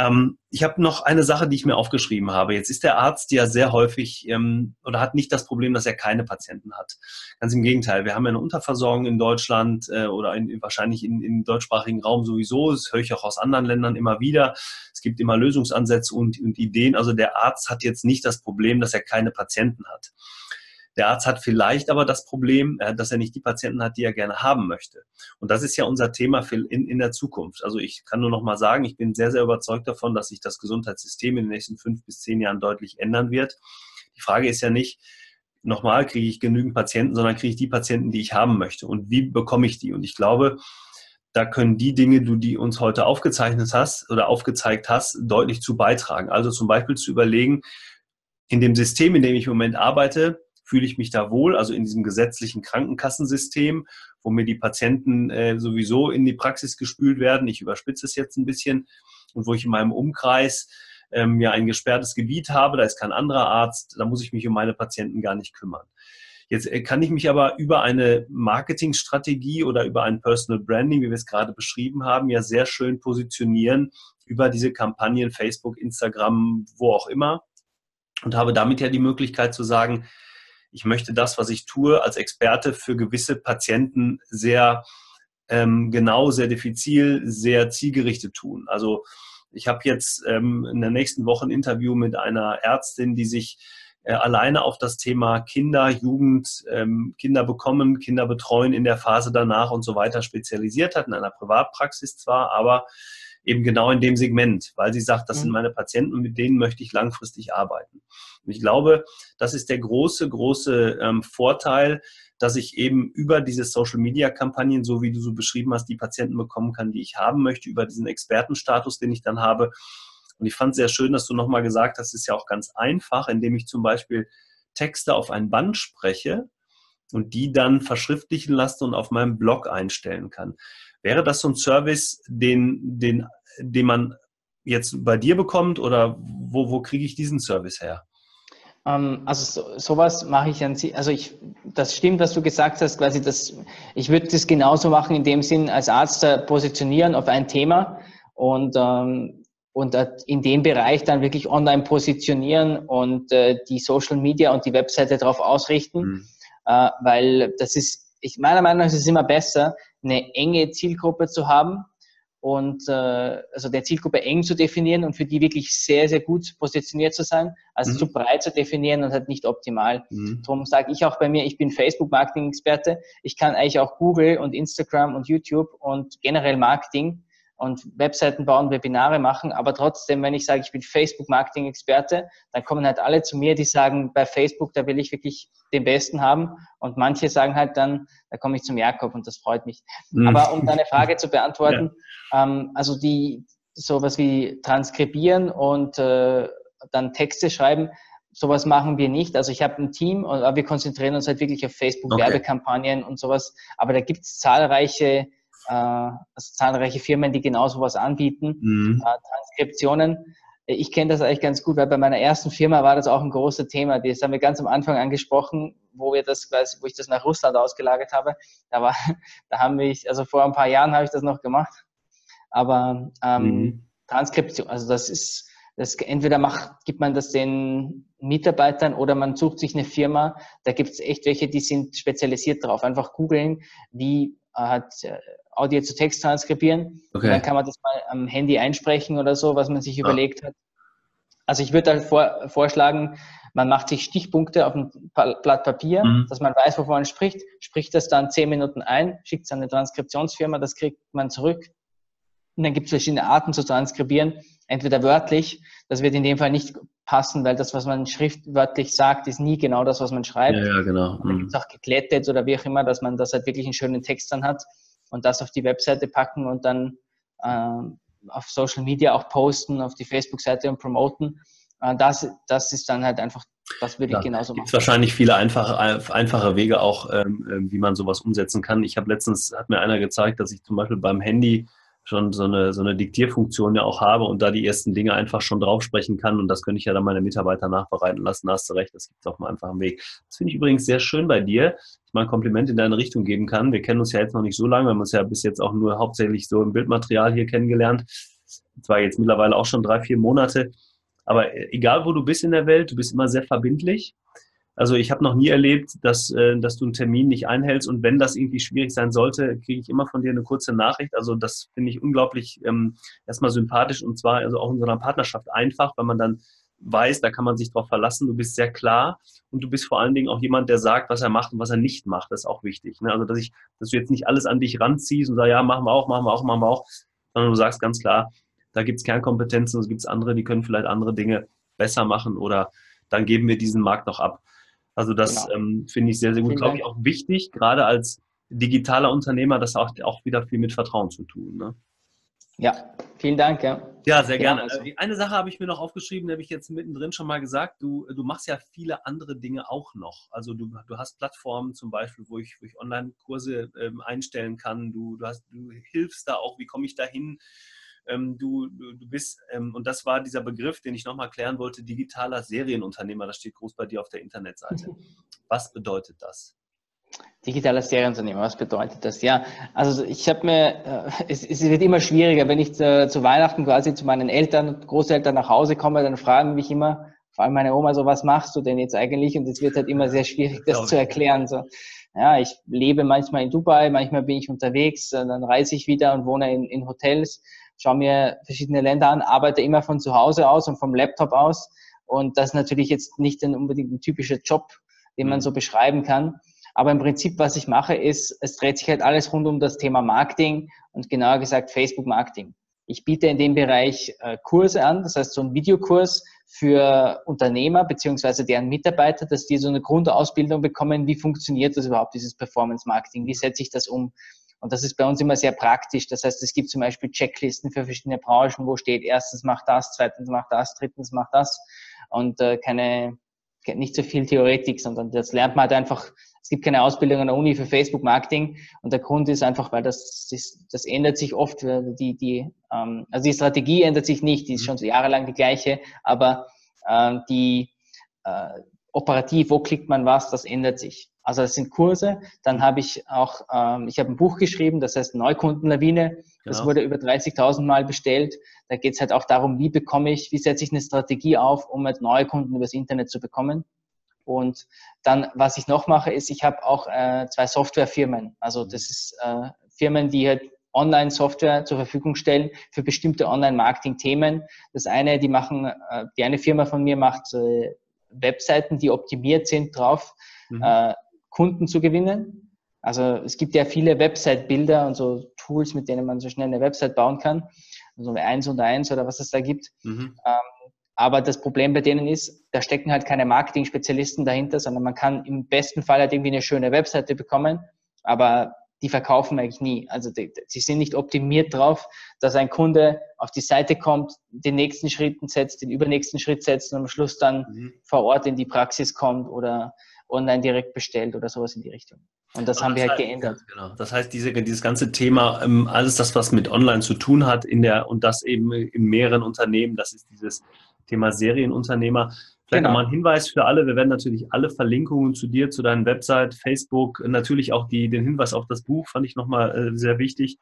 Ich habe noch eine Sache, die ich mir aufgeschrieben habe. Jetzt ist der Arzt ja sehr häufig oder hat nicht das Problem, dass er keine Patienten hat. Ganz im Gegenteil. Wir haben ja eine Unterversorgung in Deutschland oder wahrscheinlich im deutschsprachigen Raum sowieso. Das höre ich auch aus anderen Ländern immer wieder. Es gibt immer Lösungsansätze und Ideen. Also der Arzt hat jetzt nicht das Problem, dass er keine Patienten hat. Der Arzt hat vielleicht aber das Problem, dass er nicht die Patienten hat, die er gerne haben möchte. Und das ist ja unser Thema in der Zukunft. Also ich kann nur noch mal sagen, ich bin sehr, sehr überzeugt davon, dass sich das Gesundheitssystem in den nächsten 5 bis 10 Jahren deutlich ändern wird. Die Frage ist ja nicht, nochmal, kriege ich genügend Patienten, sondern kriege ich die Patienten, die ich haben möchte. Und wie bekomme ich die? Und ich glaube, da können die Dinge, die uns heute aufgezeichnet hast oder aufgezeigt hast, deutlich zu beitragen. Also zum Beispiel zu überlegen, in dem System, in dem ich im Moment arbeite, fühle ich mich da wohl, also in diesem gesetzlichen Krankenkassensystem, wo mir die Patienten sowieso in die Praxis gespült werden. Ich überspitze es jetzt ein bisschen. Und wo ich in meinem Umkreis ja ein gesperrtes Gebiet habe, da ist kein anderer Arzt, da muss ich mich um meine Patienten gar nicht kümmern. Jetzt kann ich mich aber über eine Marketingstrategie oder über ein Personal Branding, wie wir es gerade beschrieben haben, ja sehr schön positionieren über diese Kampagnen, Facebook, Instagram, wo auch immer. Und habe damit ja die Möglichkeit zu sagen, ich möchte das, was ich tue, als Experte für gewisse Patienten sehr genau, sehr diffizil, sehr zielgerichtet tun. Also ich habe jetzt in der nächsten Woche ein Interview mit einer Ärztin, die sich alleine auf das Thema Kinder, Jugend, Kinder bekommen, Kinder betreuen in der Phase danach und so weiter spezialisiert hat, in einer Privatpraxis zwar, aber eben genau in dem Segment, weil sie sagt, das sind meine Patienten und mit denen möchte ich langfristig arbeiten. Und ich glaube, das ist der große, große Vorteil, dass ich eben über diese Social-Media-Kampagnen, so wie du so beschrieben hast, die Patienten bekommen kann, die ich haben möchte, über diesen Expertenstatus, den ich dann habe. Und ich fand es sehr schön, dass du nochmal gesagt hast, es ist ja auch ganz einfach, indem ich zum Beispiel Texte auf ein Band spreche und die dann verschriftlichen lasse und auf meinem Blog einstellen kann. Wäre das so ein Service, den man jetzt bei dir bekommt oder wo kriege ich diesen Service her? Also sowas mache ich an sich, also das stimmt, was du gesagt hast, quasi ich würde das genauso machen, in dem Sinn als Arzt positionieren auf ein Thema und in dem Bereich dann wirklich online positionieren und die Social Media und die Webseite darauf ausrichten, weil meiner Meinung nach ist es immer besser, eine enge Zielgruppe zu haben und also der Zielgruppe eng zu definieren und für die wirklich sehr, sehr gut positioniert zu sein, als zu breit zu definieren und halt nicht optimal. Darum sage ich auch bei mir, ich bin Facebook-Marketing-Experte. Ich kann eigentlich auch Google und Instagram und YouTube und generell Marketing und Webseiten bauen, Webinare machen, aber trotzdem, wenn ich sage, ich bin Facebook-Marketing-Experte, dann kommen halt alle zu mir, die sagen, bei Facebook, da will ich wirklich den Besten haben und manche sagen halt dann, da komme ich zum Jakob und das freut mich. Aber um deine Frage zu beantworten, also sowas wie transkribieren und dann Texte schreiben, sowas machen wir nicht. Also ich habe ein Team, aber wir konzentrieren uns halt wirklich auf Facebook-Werbekampagnen und sowas, aber da gibt es zahlreiche Firmen, die genau sowas anbieten, Transkriptionen. Ich kenne das eigentlich ganz gut, weil bei meiner ersten Firma war das auch ein großes Thema. Das haben wir ganz am Anfang angesprochen, wo ich das nach Russland ausgelagert habe. Also vor ein paar Jahren habe ich das noch gemacht. aber Mhm. Transkription, also das entweder gibt man das den Mitarbeitern oder man sucht sich eine Firma, da gibt es echt welche, die sind spezialisiert drauf. Einfach googeln, wie hat Audio zu Text transkribieren und dann Okay. kann man das mal am Handy einsprechen oder so, was man sich Ja. überlegt hat. Also ich würde da vorschlagen, man macht sich Stichpunkte auf ein Blatt Papier, Mhm. dass man weiß, wovon man spricht, spricht das dann 10 Minuten ein, schickt es an eine Transkriptionsfirma, das kriegt man zurück. Und dann gibt es verschiedene Arten zu transkribieren, entweder wörtlich, das wird in dem Fall nicht passen, weil das, was man schriftwörtlich sagt, ist nie genau das, was man Ja, schreibt. ja, genau. Und dann gibt es auch geglättet oder wie auch immer, dass man das halt wirklich einen schönen Text dann hat und das auf die Webseite packen und dann auf Social Media auch posten, auf die Facebook-Seite und promoten. Das ist dann halt einfach, das würde ich Ja, genauso gibt es machen. wahrscheinlich viele einfache Wege auch, wie man sowas umsetzen kann. Ich habe letztens, hat mir einer gezeigt, dass ich zum Beispiel beim Handy schon so eine Diktierfunktion ja auch habe und da die ersten Dinge einfach schon drauf sprechen kann und das könnte ich ja dann meine Mitarbeiter nachbereiten lassen. Da hast du recht, das gibt es auf einem einfachen Weg. Das finde ich übrigens sehr schön bei dir, ich mal ein Kompliment in deine Richtung geben kann. Wir kennen uns ja jetzt noch nicht so lange, wir haben uns ja bis jetzt auch nur hauptsächlich so im Bildmaterial hier kennengelernt. Zwar jetzt mittlerweile auch schon 3, 4 Monate. Aber egal, wo du bist in der Welt, du bist immer sehr verbindlich. Also ich habe noch nie erlebt, dass du einen Termin nicht einhältst und wenn das irgendwie schwierig sein sollte, kriege ich immer von dir eine kurze Nachricht. Also das finde ich unglaublich erstmal sympathisch und zwar also auch in so einer Partnerschaft einfach, weil man dann weiß, da kann man sich drauf verlassen. Du bist sehr klar und du bist vor allen Dingen auch jemand, der sagt, was er macht und was er nicht macht. Das ist auch wichtig. Ne? Also dass du jetzt nicht alles an dich ranziehst und sagst, ja, machen wir auch, machen wir auch, machen wir auch, sondern du sagst ganz klar, da gibt es Kernkompetenzen, es gibt andere, die können vielleicht andere Dinge besser machen oder dann geben wir diesen Markt noch ab. Also das Genau. finde ich sehr, sehr gut. Vielen Glaube ich Dank. auch wichtig, gerade als digitaler Unternehmer, das hat auch wieder viel mit Vertrauen zu tun. Ne? Ja, vielen Dank. Ja, Ja, sehr genau gerne. also. Eine Sache habe ich mir noch aufgeschrieben, die habe ich jetzt mittendrin schon mal gesagt. Du machst ja viele andere Dinge auch noch. Also du hast Plattformen zum Beispiel, wo ich Online-Kurse einstellen kann. Du hilfst da auch, wie komme ich da hin? Du bist, und das war dieser Begriff, den ich nochmal klären wollte, digitaler Serienunternehmer. Das steht groß bei dir auf der Internetseite. Was bedeutet das? Digitaler Serienunternehmer, was bedeutet das? Ja, also ich habe mir, es wird immer schwieriger, wenn ich zu Weihnachten quasi zu meinen Eltern und Großeltern nach Hause komme, dann fragen mich immer, vor allem meine Oma, so, was machst du denn jetzt eigentlich? Und es wird halt immer sehr schwierig, das Glaube zu ich. erklären. So, ja, ich lebe manchmal in Dubai, manchmal bin ich unterwegs, dann reise ich wieder und wohne in Hotels, schaue mir verschiedene Länder an, arbeite immer von zu Hause aus und vom Laptop aus. Und das ist natürlich jetzt nicht unbedingt ein typischer Job, den man so Mhm. beschreiben kann. Aber im Prinzip, was ich mache, ist, es dreht sich halt alles rund um das Thema Marketing und genauer gesagt Facebook-Marketing. Ich biete in dem Bereich Kurse an, das heißt so ein Videokurs für Unternehmer beziehungsweise deren Mitarbeiter, dass die so eine Grundausbildung bekommen, wie funktioniert das überhaupt, dieses Performance-Marketing, wie setze ich das um? Und das ist bei uns immer sehr praktisch. Das heißt, es gibt zum Beispiel Checklisten für verschiedene Branchen, wo steht, erstens mach das, zweitens mach das, drittens mach das. Und nicht so viel Theoretik, sondern das lernt man halt einfach. Es gibt keine Ausbildung an der Uni für Facebook-Marketing und der Grund ist einfach, weil das ändert sich oft. Also die Strategie ändert sich nicht, die ist Mhm. schon so jahrelang die gleiche, aber die operativ, wo klickt man was, das ändert sich. Also das sind Kurse. Dann habe ich auch, ich habe ein Buch geschrieben, das heißt Neukundenlawine. Das Genau. wurde über 30.000 Mal bestellt. Da geht es halt auch darum, wie setze ich eine Strategie auf, um halt neue Kunden übers Internet zu bekommen. Und dann, was ich noch mache, ist, ich habe auch 2 Softwarefirmen. Also das ist Firmen, die halt Online-Software zur Verfügung stellen für bestimmte Online-Marketing-Themen. Die eine Firma von mir macht Webseiten, die optimiert sind drauf, Mhm. äh, Kunden zu gewinnen. Also es gibt ja viele Website-Bilder und so Tools, mit denen man so schnell eine Website bauen kann. Also 1&1 oder was es da gibt. Mhm. Aber das Problem bei denen ist, da stecken halt keine Marketing-Spezialisten dahinter, sondern man kann im besten Fall halt irgendwie eine schöne Webseite bekommen, aber die verkaufen eigentlich nie. Also sie sind nicht optimiert drauf, dass ein Kunde auf die Seite kommt, den nächsten Schritt setzt, den übernächsten Schritt setzt und am Schluss dann Mhm. vor Ort in die Praxis kommt oder online direkt bestellt oder sowas in die Richtung. Und das Also haben wir das halt heißt, ja, geändert. genau. Das heißt, dieses ganze Thema, alles das, was mit Online zu tun hat, und das eben in mehreren Unternehmen, das ist dieses Thema Serienunternehmer. Vielleicht nochmal ein Genau. Hinweis für alle. Wir werden natürlich alle Verlinkungen zu dir, zu deiner Website, Facebook, natürlich auch den Hinweis auf das Buch, fand ich nochmal sehr wichtig.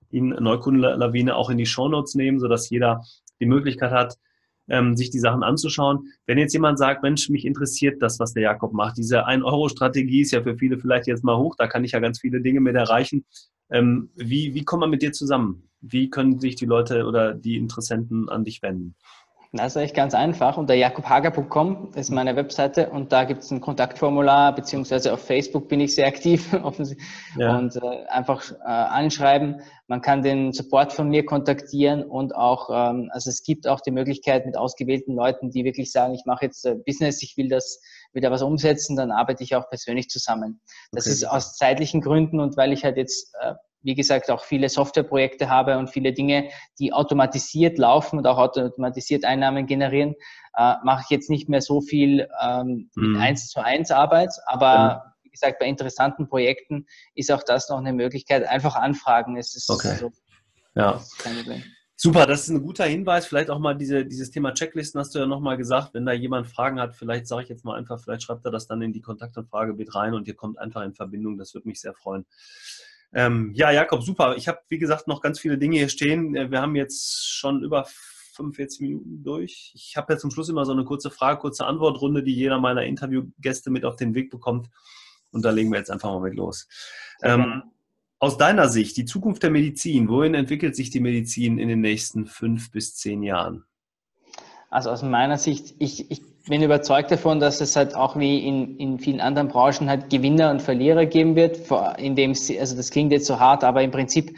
ihn Neukundenlawine auch in die Shownotes nehmen, sodass jeder die Möglichkeit hat, sich die Sachen anzuschauen. Wenn jetzt jemand sagt, Mensch, mich interessiert das, was der Jakob macht, diese 1-Euro-Strategie ist ja für viele vielleicht jetzt mal hoch, da kann ich ja ganz viele Dinge mit erreichen. Wie kommt man mit dir zusammen? Wie können sich die Leute oder die Interessenten an dich wenden? Das ist eigentlich ganz einfach. Unter jakobhager.com ist meine Webseite und da gibt es ein Kontaktformular, beziehungsweise auf Facebook bin ich sehr aktiv Ja. und einfach anschreiben. Man kann den Support von mir kontaktieren und auch, also es gibt auch die Möglichkeit mit ausgewählten Leuten, die wirklich sagen, ich mache jetzt Business, ich will da was umsetzen, dann arbeite ich auch persönlich zusammen. Das ist aus zeitlichen Gründen und weil ich halt jetzt wie gesagt, auch viele Softwareprojekte habe und viele Dinge, die automatisiert laufen und auch automatisiert Einnahmen generieren, mache ich jetzt nicht mehr so viel mit 1:1 Arbeit, aber wie gesagt, bei interessanten Projekten ist auch das noch eine Möglichkeit. Einfach anfragen, es ist Okay. so, Ja. das ist kein Problem. Super, das ist ein guter Hinweis. Vielleicht auch mal dieses Thema Checklisten hast du ja nochmal gesagt. Wenn da jemand Fragen hat, vielleicht sage ich jetzt mal einfach, vielleicht schreibt er das dann in die Kontaktanfrage mit rein und ihr kommt einfach in Verbindung. Das würde mich sehr freuen. Ja, Jakob, super. Ich habe, wie gesagt, noch ganz viele Dinge hier stehen. Wir haben jetzt schon über 45 Minuten durch. Ich habe ja zum Schluss immer so eine kurze Frage, kurze Antwortrunde, die jeder meiner Interviewgäste mit auf den Weg bekommt. Und da legen wir jetzt einfach mal mit los. Aus deiner Sicht, die Zukunft der Medizin, wohin entwickelt sich die Medizin in den nächsten 5 bis 10 Jahren? Also aus meiner Sicht, ich bin überzeugt davon, dass es halt auch wie in vielen anderen Branchen halt Gewinner und Verlierer geben wird. Also das klingt jetzt so hart, aber im Prinzip,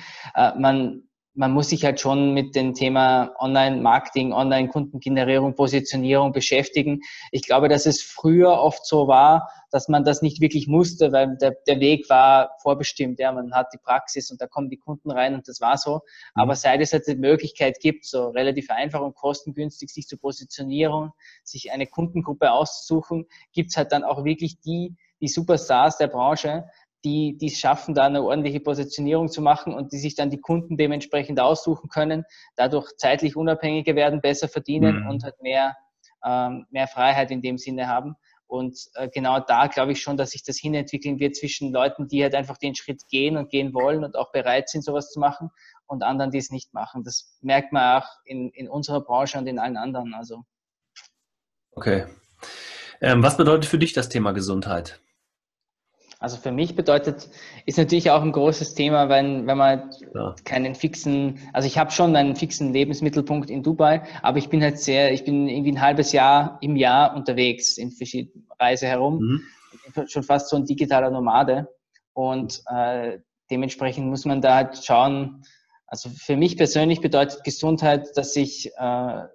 man muss sich halt schon mit dem Thema Online-Marketing, Online-Kundengenerierung, Positionierung beschäftigen. Ich glaube, dass es früher oft so war, dass man das nicht wirklich musste, weil der Weg war vorbestimmt. Ja, man hat die Praxis und da kommen die Kunden rein und das war so. Aber seit es halt die Möglichkeit gibt, so relativ einfach und kostengünstig sich zu positionieren, sich eine Kundengruppe auszusuchen, gibt's halt dann auch wirklich die Superstars der Branche, die es schaffen, da eine ordentliche Positionierung zu machen und die sich dann die Kunden dementsprechend aussuchen können, dadurch zeitlich unabhängiger werden, besser verdienen und halt mehr Freiheit in dem Sinne haben. Und genau da glaube ich schon, dass sich das hinentwickeln wird zwischen Leuten, die halt einfach den Schritt gehen und gehen wollen und auch bereit sind, sowas zu machen und anderen, die es nicht machen. Das merkt man auch in unserer Branche und in allen anderen. Also. Okay. Was bedeutet für dich das Thema Gesundheit? Also für mich ist natürlich auch ein großes Thema, wenn man keinen fixen, also ich habe schon einen fixen Lebensmittelpunkt in Dubai, aber ich bin irgendwie ein halbes Jahr im Jahr unterwegs in verschiedenen Reise herum. Ich bin schon fast so ein digitaler Nomade und dementsprechend muss man da halt schauen, also für mich persönlich bedeutet Gesundheit, dass ich halt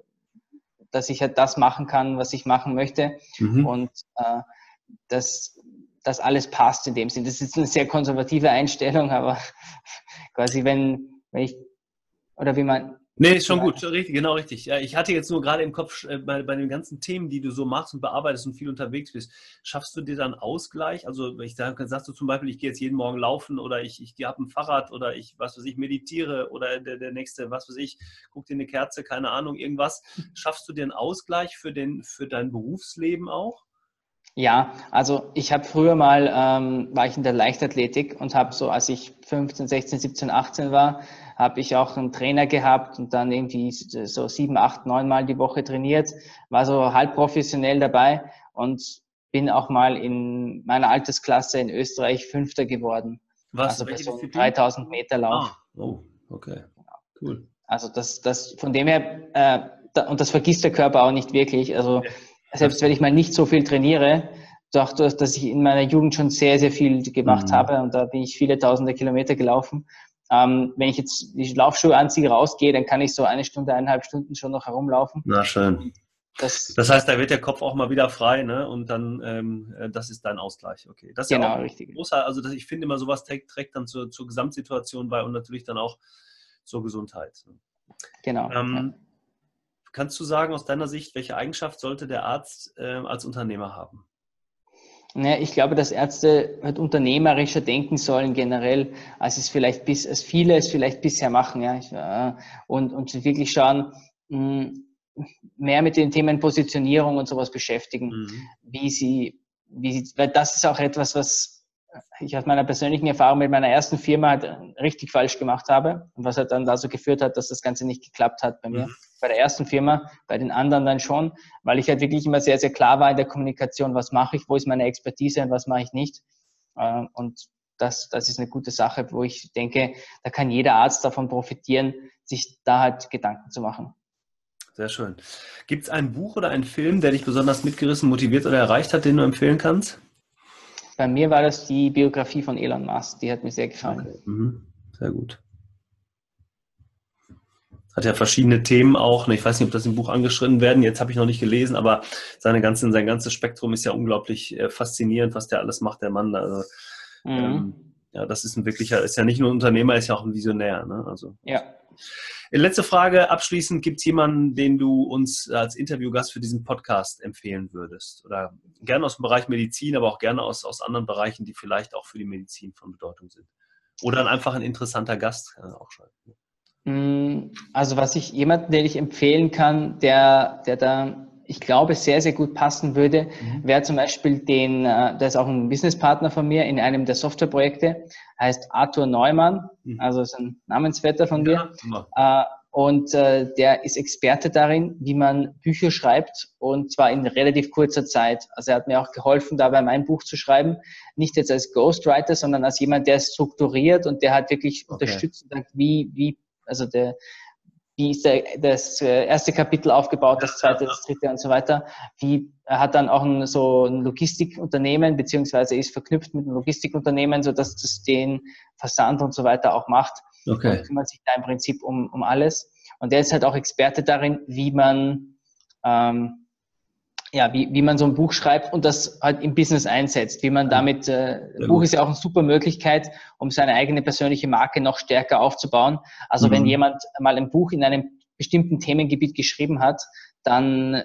das machen kann, was ich machen möchte und dass alles passt in dem Sinn. Das ist eine sehr konservative Einstellung, aber quasi wenn ich, oder wie man... Nee, ist schon gut, schon richtig, genau richtig. Ja, ich hatte jetzt nur gerade im Kopf, bei den ganzen Themen, die du so machst und bearbeitest und viel unterwegs bist, schaffst du dir dann Ausgleich? Also sagst du zum Beispiel, ich gehe jetzt jeden Morgen laufen oder ich habe ein Fahrrad oder ich meditiere oder der nächste, guck dir eine Kerze, keine Ahnung, irgendwas. Schaffst du dir einen Ausgleich für dein Berufsleben auch? Ja, also ich habe früher mal, war ich in der Leichtathletik und habe so, als ich 15, 16, 17, 18 war, habe ich auch einen Trainer gehabt und dann irgendwie so 7, 8, 9 Mal die Woche trainiert, war so halb professionell dabei und bin auch mal in meiner Altersklasse in Österreich Fünfter geworden. Also bei so einem 3000 Meter Lauf. Oh, okay, cool. Also das von dem her, und das vergisst der Körper auch nicht wirklich, also selbst wenn ich mal nicht so viel trainiere, dadurch, dass ich in meiner Jugend schon sehr, sehr viel gemacht habe und da bin ich viele tausende Kilometer gelaufen. Wenn ich jetzt die Laufschuhe anziehe, rausgehe, dann kann ich so 1 Stunde, 1,5 Stunden schon noch herumlaufen. Na schön. Das heißt, da wird der Kopf auch mal wieder frei, ne? Und dann, das ist dein Ausgleich. Okay. Das ist genau, ja auch richtig. Großer, also ich finde immer, sowas trägt dann zur Gesamtsituation bei und natürlich dann auch zur Gesundheit. Genau. Kannst du sagen, aus deiner Sicht, welche Eigenschaft sollte der Arzt als Unternehmer haben? Naja, ich glaube, dass Ärzte halt unternehmerischer denken sollen generell, als viele es vielleicht bisher machen. Ja? Und wirklich schauen, mehr mit den Themen Positionierung und sowas beschäftigen, weil das ist auch etwas, was ich aus meiner persönlichen Erfahrung mit meiner ersten Firma halt richtig falsch gemacht habe und was halt dann dazu geführt hat, dass das Ganze nicht geklappt hat bei mir. Bei der ersten Firma, bei den anderen dann schon, weil ich halt wirklich immer sehr, sehr klar war in der Kommunikation, was mache ich, wo ist meine Expertise und was mache ich nicht. Und das ist eine gute Sache, wo ich denke, da kann jeder Arzt davon profitieren, sich da halt Gedanken zu machen. Sehr schön. Gibt es ein Buch oder einen Film, der dich besonders mitgerissen, motiviert oder erreicht hat, den du empfehlen kannst? Bei mir war das die Biografie von Elon Musk. Die hat mir sehr gefallen. Okay. Mhm. Sehr gut. Hat ja verschiedene Themen auch. Ich weiß nicht, ob das im Buch angeschnitten werden. Jetzt habe ich noch nicht gelesen, aber sein ganzes Spektrum ist ja unglaublich faszinierend, was der alles macht, der Mann. Also, ja, das ist ein wirklicher, ist ja nicht nur ein Unternehmer, ist ja auch ein Visionär. Ne? Also, ja. Letzte Frage abschließend. Gibt es jemanden, den du uns als Interviewgast für diesen Podcast empfehlen würdest? Oder gerne aus dem Bereich Medizin, aber auch gerne aus anderen Bereichen, die vielleicht auch für die Medizin von Bedeutung sind. Oder einfach ein interessanter Gast auch schon. Also jemanden, den ich empfehlen kann, der da, ich glaube, sehr, sehr gut passen würde, wäre zum Beispiel der ist auch ein Businesspartner von mir in einem der Softwareprojekte, heißt Arthur Neumann, also ist ein Namensvetter von mir. Und der ist Experte darin, wie man Bücher schreibt, und zwar in relativ kurzer Zeit. Also er hat mir auch geholfen, dabei mein Buch zu schreiben, nicht jetzt als Ghostwriter, sondern als jemand, der es strukturiert und der hat wirklich unterstützt und sagt, wie ist das erste Kapitel aufgebaut, das zweite, das dritte und so weiter. Er hat dann auch so ein Logistikunternehmen, beziehungsweise ist verknüpft mit einem Logistikunternehmen, sodass das den Versand und so weiter auch macht. Okay. Und kümmert sich da im Prinzip um alles. Und der ist halt auch Experte darin, wie man so ein Buch schreibt und das halt im Business einsetzt, wie man damit, ein Buch ist ja auch eine super Möglichkeit, um seine eigene persönliche Marke noch stärker aufzubauen. Also wenn jemand mal ein Buch in einem bestimmten Themengebiet geschrieben hat, dann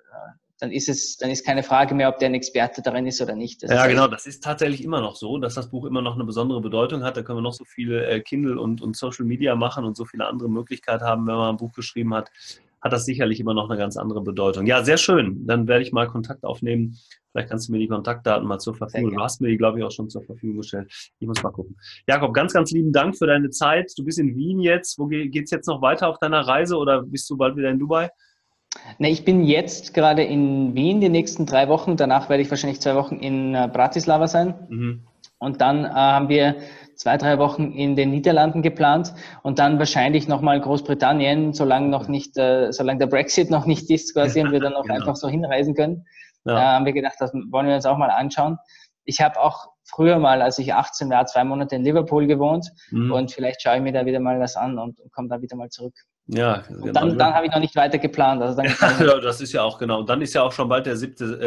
ist keine Frage mehr, ob der ein Experte darin ist oder nicht. Ja, genau, das ist tatsächlich immer noch so, dass das Buch immer noch eine besondere Bedeutung hat. Da können wir noch so viele Kindle und Social Media machen und so viele andere Möglichkeiten haben, wenn man ein Buch geschrieben hat, hat das sicherlich immer noch eine ganz andere Bedeutung. Ja, sehr schön. Dann werde ich mal Kontakt aufnehmen. Vielleicht kannst du mir die Kontaktdaten mal zur Verfügung. Du hast mir die, glaube ich, auch schon zur Verfügung gestellt. Ich muss mal gucken. Jakob, ganz, ganz lieben Dank für deine Zeit. Du bist in Wien jetzt. Wo geht's jetzt noch weiter auf deiner Reise oder bist du bald wieder in Dubai? Ne, ich bin jetzt gerade in Wien die nächsten 3 Wochen. Danach werde ich wahrscheinlich 2 Wochen in Bratislava sein. Und dann haben wir 2, 3 Wochen in den Niederlanden geplant und dann wahrscheinlich nochmal Großbritannien, solange der Brexit noch nicht ist, quasi, und wir dann auch einfach so hinreisen können. Haben wir gedacht, das wollen wir uns auch mal anschauen. Ich habe auch früher mal, als ich 18 war, 2 Monate in Liverpool gewohnt und vielleicht schaue ich mir da wieder mal das an und komme da wieder mal zurück. Ja, und dann habe ich noch nicht weiter geplant. Also dann ja, das ist ja auch genau. Und dann ist ja auch schon bald der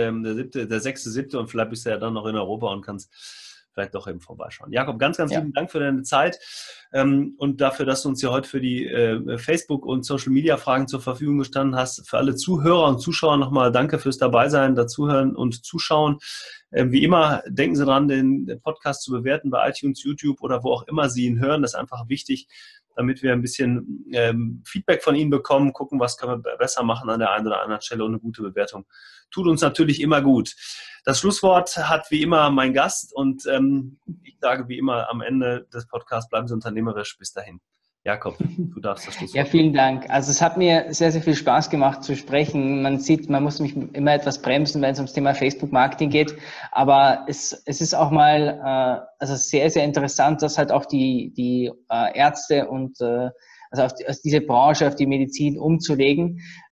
6., 7. und vielleicht bist du ja dann noch in Europa und kannst vielleicht doch eben vorbeischauen. Jakob, ganz, ganz lieben Dank für deine Zeit und dafür, dass du uns hier heute für die Facebook- und Social-Media-Fragen zur Verfügung gestanden hast. Für alle Zuhörer und Zuschauer nochmal danke fürs Dabeisein, dazuhören und Zuschauen. Wie immer, denken Sie dran, den Podcast zu bewerten bei iTunes, YouTube oder wo auch immer Sie ihn hören. Das ist einfach wichtig, damit wir ein bisschen Feedback von Ihnen bekommen, gucken, was können wir besser machen an der einen oder anderen Stelle, und eine gute Bewertung tut uns natürlich immer gut. Das Schlusswort hat wie immer mein Gast und ich sage wie immer am Ende des Podcasts, bleiben Sie unternehmerisch. Bis dahin. Jakob, du darfst das Schlusswort. Ja, vielen Dank. Also es hat mir sehr, sehr viel Spaß gemacht zu sprechen. Man sieht, man muss mich immer etwas bremsen, wenn es ums Thema Facebook-Marketing geht. Aber es ist auch mal also sehr, sehr interessant, dass halt auch die Ärzte und also auf diese Branche, auf die Medizin umzulegen,